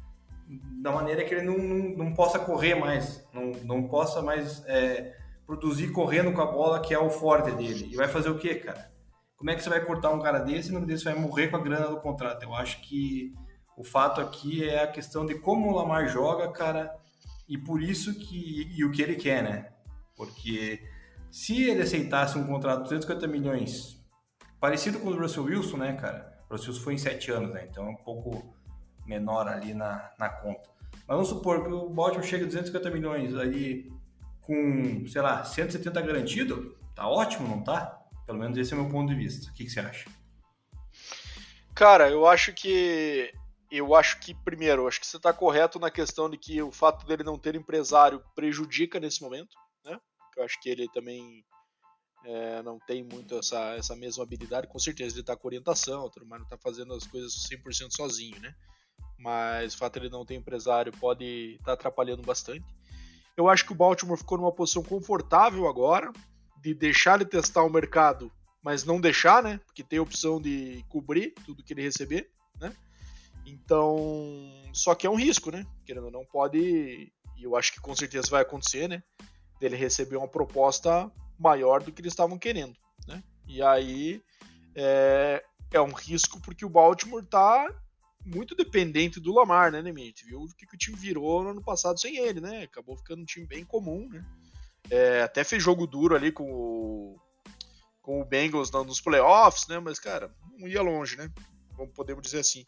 da maneira que ele não, não, não possa correr mais, não, não possa mais é, produzir correndo com a bola, que é o forte dele. E vai fazer o quê, cara? Como é que você vai cortar um cara desse e não desse vai morrer com a grana do contrato? Eu acho que o fato aqui é a questão de como o Lamar joga, cara, e por isso que, e o que ele quer, né? Porque se ele aceitasse um contrato de duzentos e cinquenta milhões, parecido com o do Russell Wilson, né, cara? O Russell Wilson foi em sete anos, né? Então é um pouco menor ali na, na conta. Mas vamos supor que o Baltimore chega a duzentos e cinquenta milhões ali com, sei lá, cento e setenta garantido, tá ótimo, não tá? Pelo menos esse é o meu ponto de vista. O que, que você acha? Cara, eu acho que... Eu acho que, primeiro, eu acho que você está correto na questão de que o fato dele não ter empresário prejudica nesse momento, né? Eu acho que ele também é, não tem muito essa, essa mesma habilidade. Com certeza ele está com orientação, mas não está fazendo as coisas cem por cento sozinho, né? Mas o fato de ele não ter empresário pode estar tá atrapalhando bastante. Eu acho que o Baltimore ficou numa posição confortável agora, de deixar ele testar o mercado, mas não deixar, né? Porque tem a opção de cobrir tudo que ele receber, né? Então, só que é um risco, né? Querendo ou não, pode, e eu acho que com certeza vai acontecer, né? Dele receber uma proposta maior do que eles estavam querendo, né? E aí é, é um risco porque o Baltimore tá muito dependente do Lamar, né, Nemite? Viu o que, que o time virou no ano passado sem ele, né? Acabou ficando um time bem comum, né? É, até fez jogo duro ali com o, com o Bengals nos playoffs, né? Mas, cara, não ia longe, né? Vamos podemos dizer assim.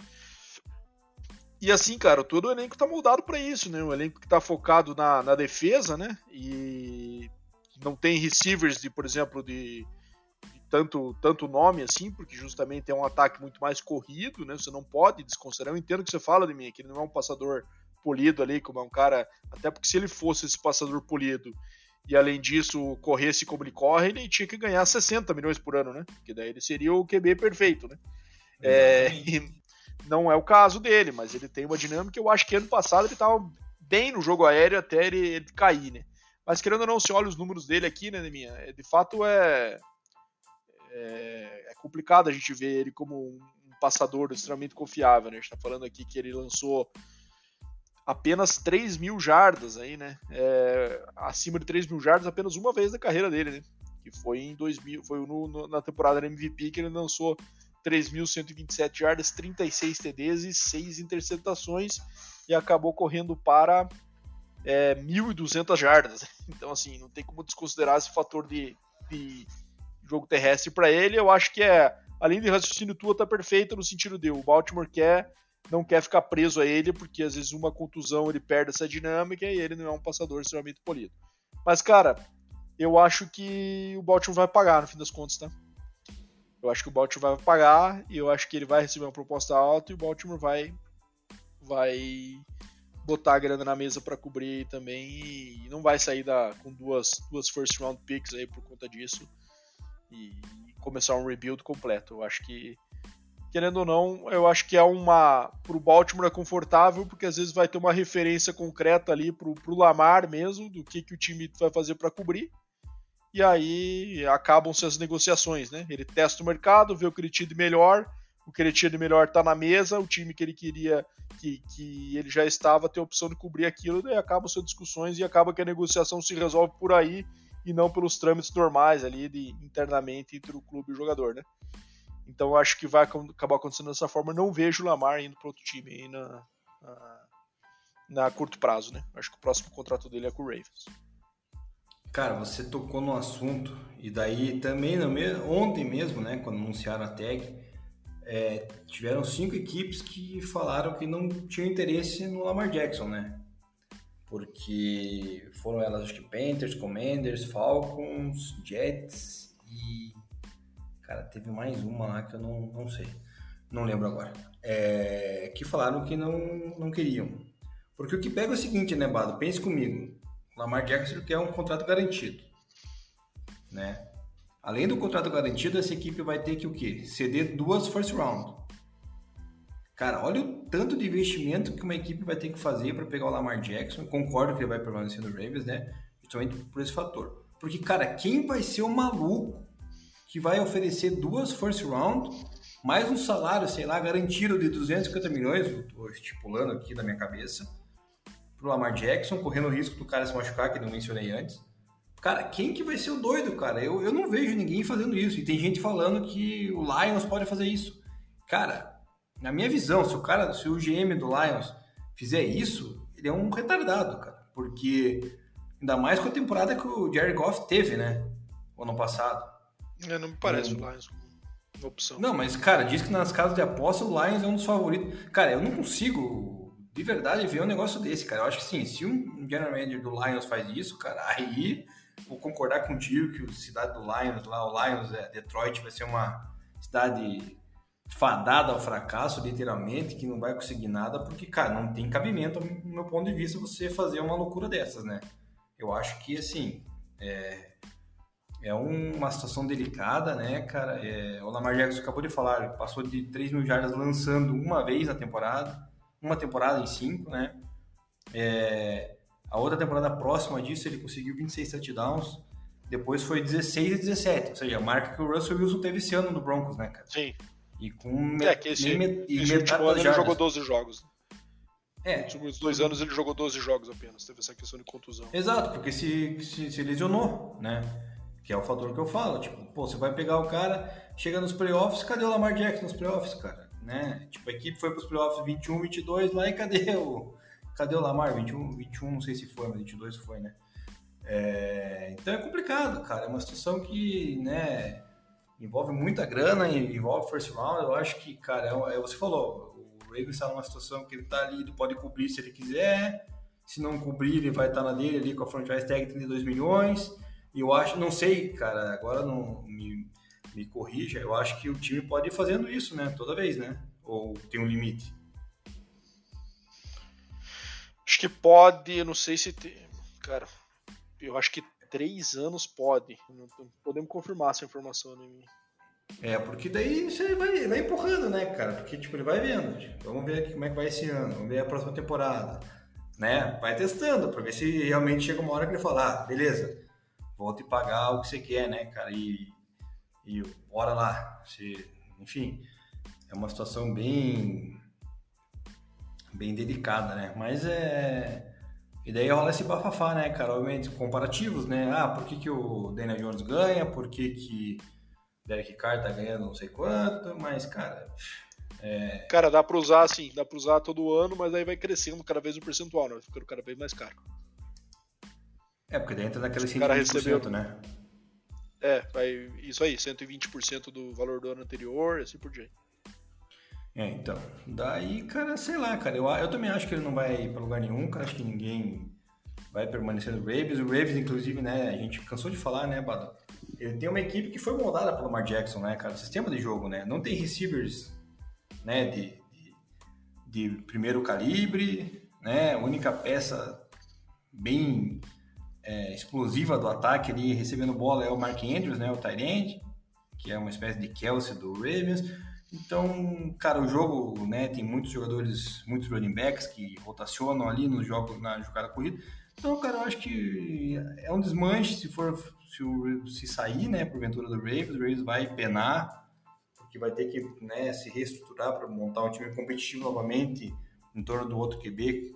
E assim, cara, todo o elenco tá moldado para isso, né? O elenco que tá focado na, na defesa, né? E não tem receivers, de, por exemplo, de, de tanto, tanto nome assim, porque justamente é um ataque muito mais corrido, né? Você não pode desconsiderar. Eu entendo o que você fala de mim, que ele não é um passador polido ali, como é um cara... Até porque se ele fosse esse passador polido e, além disso, corresse como ele corre, ele tinha que ganhar sessenta milhões por ano, né? Porque daí ele seria o Q B perfeito, né? É... E, não é o caso dele, mas ele tem uma dinâmica. Eu acho que ano passado ele estava bem no jogo aéreo até ele, ele cair, né? Mas querendo ou não, se olha os números dele aqui, né, Neminha? De fato é, é, é complicado a gente ver ele como um, um passador extremamente confiável, né? A gente tá falando aqui que ele lançou apenas três mil jardas aí, né? É, acima de três mil jardas apenas uma vez na carreira dele, né? Que foi em dois mil, foi no, no, na temporada M V P que ele lançou três mil cento e vinte e sete jardas, trinta e seis T Ds e seis interceptações e acabou correndo para é, mil e duzentas jardas. Então, assim, não tem como desconsiderar esse fator de, de jogo terrestre para ele. Eu acho que é, além de raciocínio tua, tá perfeito no sentido de o Baltimore quer, não quer ficar preso a ele, porque às vezes uma contusão ele perde essa dinâmica e ele não é um passador extremamente polido. Mas, cara, eu acho que o Baltimore vai pagar no fim das contas, tá? Eu acho que o Baltimore vai pagar e eu acho que ele vai receber uma proposta alta e o Baltimore vai, vai botar a grana na mesa para cobrir também e não vai sair da, com duas, duas first round picks aí por conta disso e começar um rebuild completo. Eu acho que, querendo ou não, eu acho que é uma... Pro Baltimore é confortável porque às vezes vai ter uma referência concreta ali pro, pro Lamar mesmo, do que, que o time vai fazer para cobrir. E aí acabam-se as negociações, né? Ele testa o mercado, vê o que ele tinha de melhor, o que ele tinha de melhor está na mesa, o time que ele queria, que, que ele já estava, tem a opção de cobrir aquilo, daí acabam-se as discussões e acaba que a negociação se resolve por aí e não pelos trâmites normais ali de, internamente entre o clube e o jogador, né? Então eu acho que vai acabar acontecendo dessa forma. Não vejo o Lamar indo para outro time aí na, na, na curto prazo, né? Acho que o próximo contrato dele é com o Ravens. Cara, você tocou no assunto, e daí também no mesmo, ontem mesmo, né, quando anunciaram a tag, é, tiveram cinco equipes que falaram que não tinham interesse no Lamar Jackson, né? Porque foram elas, acho que Panthers, Commanders, Falcons, Jets e... Cara, teve mais uma lá que eu não, não sei, não lembro agora. É, que falaram que não, não queriam. Porque o que pega é o seguinte, né, Bado? Pense comigo. Lamar Jackson quer um contrato garantido, né? Além do contrato garantido, essa equipe vai ter que o quê? Ceder duas first round. Cara, olha o tanto de investimento que uma equipe vai ter que fazer para pegar o Lamar Jackson. Eu concordo que ele vai permanecer no Ravens, né? Justamente por esse fator. Porque, cara, quem vai ser o maluco que vai oferecer duas first round, mais um salário, sei lá, garantido de duzentos e cinquenta milhões, eu tô estipulando aqui na minha cabeça, pro Lamar Jackson, correndo o risco do cara se machucar, que eu não mencionei antes. Cara, quem que vai ser o doido, cara? Eu, eu não vejo ninguém fazendo isso. E tem gente falando que o Lions pode fazer isso. Cara, na minha visão, se o cara, se o G M do Lions fizer isso, ele é um retardado, cara. Porque ainda mais com a temporada que o Jared Goff teve, né? O ano passado. É, não me parece um... o Lions uma opção. Não, mas, cara, diz que nas casas de aposta o Lions é um dos favoritos. Cara, eu não consigo... de verdade, ver um negócio desse, cara. Eu acho que sim, se um general manager do Lions faz isso, cara, aí vou concordar contigo que a cidade do Lions, lá, o Lions, é, Detroit, vai ser uma cidade fadada ao fracasso, literalmente, que não vai conseguir nada, porque, cara, não tem cabimento, no meu ponto de vista, você fazer uma loucura dessas, né? Eu acho que, assim, é, é uma situação delicada, né, cara? É, o Lamar Jackson acabou de falar, ele passou de três mil jardas lançando uma vez na temporada, uma temporada em cinco, né? É, a outra temporada próxima disso, ele conseguiu vinte e seis touchdowns, depois foi dezesseis a dezessete, ou seja, a marca que o Russell Wilson teve esse ano no Broncos, né, cara? Sim. E com é, que esse, met, e esse último ano ele jogou doze jogos. É. Nos últimos dois anos ele jogou doze jogos apenas, teve essa questão de contusão. Exato, porque se, se, se lesionou, né? Que é o fator que eu falo, tipo, pô, você vai pegar o cara, chega nos playoffs, cadê o Lamar Jackson nos playoffs, cara? Né? Tipo, a equipe foi pros playoffs vinte e um, vinte e dois lá e cadê o cadê o Lamar? vinte e um, vinte e um não sei se foi, mas vinte e dois foi, né? É, então é complicado, cara, é uma situação que, né, envolve muita grana, envolve first round, eu acho que, cara, é, é você falou, o Ravens está numa situação que ele tá ali, ele pode cobrir se ele quiser, se não cobrir ele vai estar na dele ali com a franchise tag trinta e dois milhões, e eu acho, não sei, cara, agora não me, me corrija, eu acho que o time pode ir fazendo isso, né, toda vez, né, ou tem um limite? Acho que pode, eu não sei se tem, cara, eu acho que três anos pode, não podemos confirmar essa informação, né? É, porque daí você vai, vai empurrando, né, cara? Porque, tipo, ele vai vendo. Tipo, vamos ver aqui como é que vai esse ano, vamos ver a próxima temporada, né? Vai testando, pra ver se realmente chega uma hora que ele fala, ah, beleza, vou te pagar o que você quer, né, cara? E, e bora lá. Se, enfim, é uma situação bem, bem delicada, né? Mas é... E daí rola esse bafafá, né, cara? Obviamente, comparativos, né? Ah, por que, que o Daniel Jones ganha? Por que que Derek Carr tá ganhando não sei quanto? Mas, cara... É... Cara, dá pra usar, assim, dá pra usar todo ano, mas aí vai crescendo cada vez o percentual, né? Vai ficando cada vez mais caro. É, porque daí entra naquele cento e vinte por cento, recebeu... né? É, vai, isso aí, cento e vinte por cento do valor do ano anterior e assim por diante. É, então, daí, cara, sei lá, cara, eu, eu também acho que ele não vai ir pra lugar nenhum, cara, acho que ninguém vai permanecer no Ravens, o Ravens, inclusive, né, a gente cansou de falar, né, Bado, ele tem uma equipe que foi moldada pelo Lamar Jackson, né, cara, sistema de jogo, né, não tem receivers, né, de, de, de primeiro calibre, né, a única peça bem é, explosiva do ataque ali, recebendo bola é o Mark Andrews, né, o tight end, que é uma espécie de Kelsey do Ravens. Então, cara, o jogo, né, tem muitos jogadores, muitos running backs que rotacionam ali no jogo, na jogada corrida. Então, cara, eu acho que é um desmanche se for se, o, se sair, né, porventura do Ravens, o Ravens vai penar, porque vai ter que, né, se reestruturar para montar um time competitivo novamente em torno do outro Q B,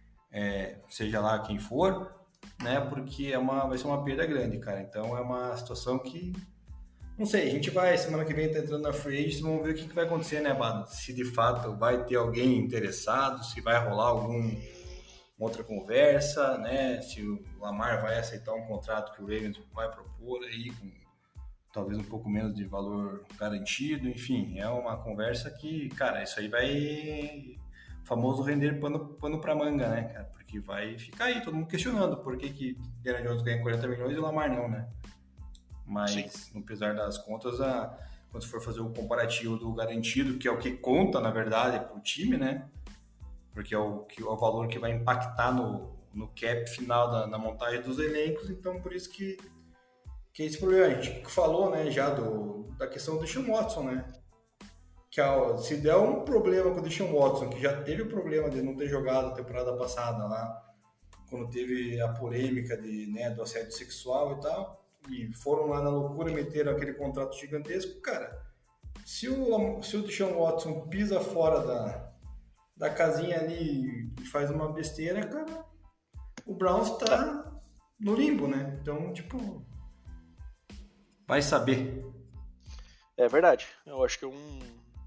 é, seja lá quem for, né, porque é uma, vai ser uma perda grande, cara. Então, é uma situação que não sei, a gente vai, semana que vem tá entrando na Free Agency, vamos ver o que, que vai acontecer, né, Bado? Se de fato vai ter alguém interessado, se vai rolar alguma outra conversa, né? Se o Lamar vai aceitar um contrato que o Ravens vai propor aí, com talvez um pouco menos de valor garantido, enfim, é uma conversa que, cara, isso aí vai, famoso render pano, pano pra manga, né, cara? Porque vai ficar aí todo mundo questionando por que que Daniel Jones ganha quarenta milhões e o Lamar não, né? Mas, sim, apesar das contas, a, quando for fazer o comparativo do garantido, que é o que conta, na verdade, para o time, né? Porque é o, que, é o valor que vai impactar no, no cap final da, na montagem dos elencos, então por isso que, que esse problema. A gente falou, né, já do, da questão do Deshaun Watson, né? Que ó, se der um problema com o Deshaun Watson, que já teve o problema de não ter jogado a temporada passada lá, quando teve a polêmica de, né, do assédio sexual e tal, e foram lá na loucura e meteram aquele contrato gigantesco, cara, se o, se o Deshaun Watson pisa fora da, da casinha ali e faz uma besteira, cara, o Browns tá no limbo, né? Então, tipo, vai saber. É verdade, eu acho que é um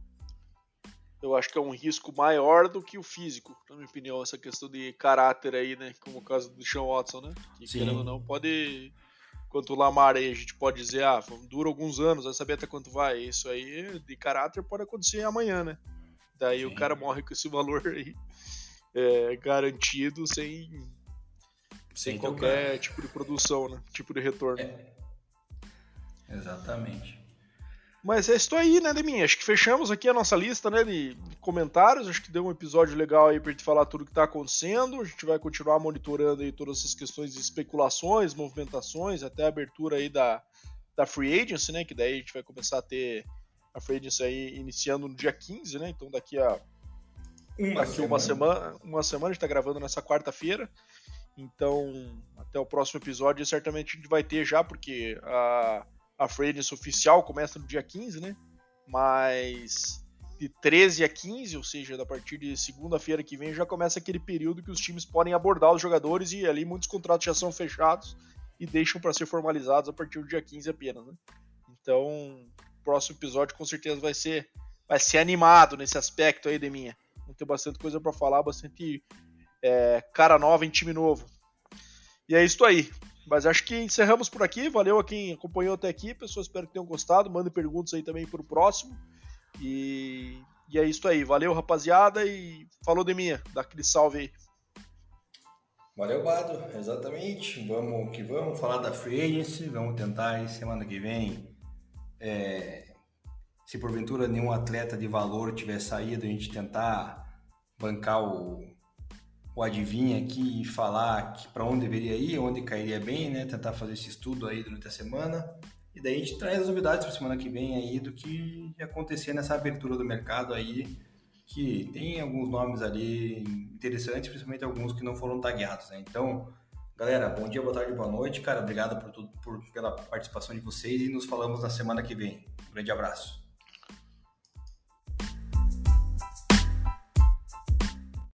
eu acho que é um risco maior do que o físico, na minha opinião, essa questão de caráter aí, né, como o caso do Deshaun Watson, né, que Sim. Querendo ou não, pode... Quanto o Lamar aí, a gente pode dizer, ah, dura alguns anos, vai saber até quanto vai. Isso aí, de caráter, pode acontecer amanhã, né? Daí Sim. o cara morre com esse valor aí é, garantido, sem, sem, sem qualquer tipo de produção, né? Tipo de retorno. É. Exatamente. Mas é isso aí, né, Deminha? Acho que fechamos aqui a nossa lista, né, de comentários. Acho que deu um episódio legal aí pra gente falar tudo que tá acontecendo. A gente vai continuar monitorando aí todas essas questões de especulações, movimentações, até a abertura aí da, da Free Agency, né, que daí a gente vai começar a ter a Free Agency aí iniciando no dia quinze, né, então daqui a uma, daqui semana. uma semana, uma semana, a gente tá gravando nessa quarta-feira. Então, até o próximo episódio, certamente a gente vai ter já, porque a A Free Agency oficial começa no dia quinze, né? Mas de treze a quinze, ou seja, a partir de segunda-feira que vem, já começa aquele período que os times podem abordar os jogadores e ali muitos contratos já são fechados e deixam para ser formalizados a partir do dia quinze apenas, né? Então, o próximo episódio com certeza vai ser, vai ser animado nesse aspecto aí, Deminha. Vamos ter bastante coisa para falar, bastante é, cara nova em time novo. E é isso aí. Mas acho que encerramos por aqui. Valeu a quem acompanhou até aqui. Pessoal, espero que tenham gostado. Mandem perguntas aí também pro próximo. E, e é isso aí. Valeu, rapaziada. E falou, Deminha. Dá aquele salve aí. Valeu, Bado. Exatamente. Vamos que vamos falar da Free Agency. Vamos tentar aí semana que vem. É, se porventura nenhum atleta de valor tiver saído, a gente tentar bancar o o adivinha aqui e falar para onde deveria ir, onde cairia bem, né? Tentar fazer esse estudo aí durante a semana. E daí a gente traz as novidades para semana que vem aí do que acontecer nessa abertura do mercado aí, que tem alguns nomes ali interessantes, principalmente alguns que não foram tagueados, né? Então, galera, bom dia, boa tarde, boa noite. Cara, obrigado por tudo, por, pela participação de vocês e nos falamos na semana que vem. Um grande abraço.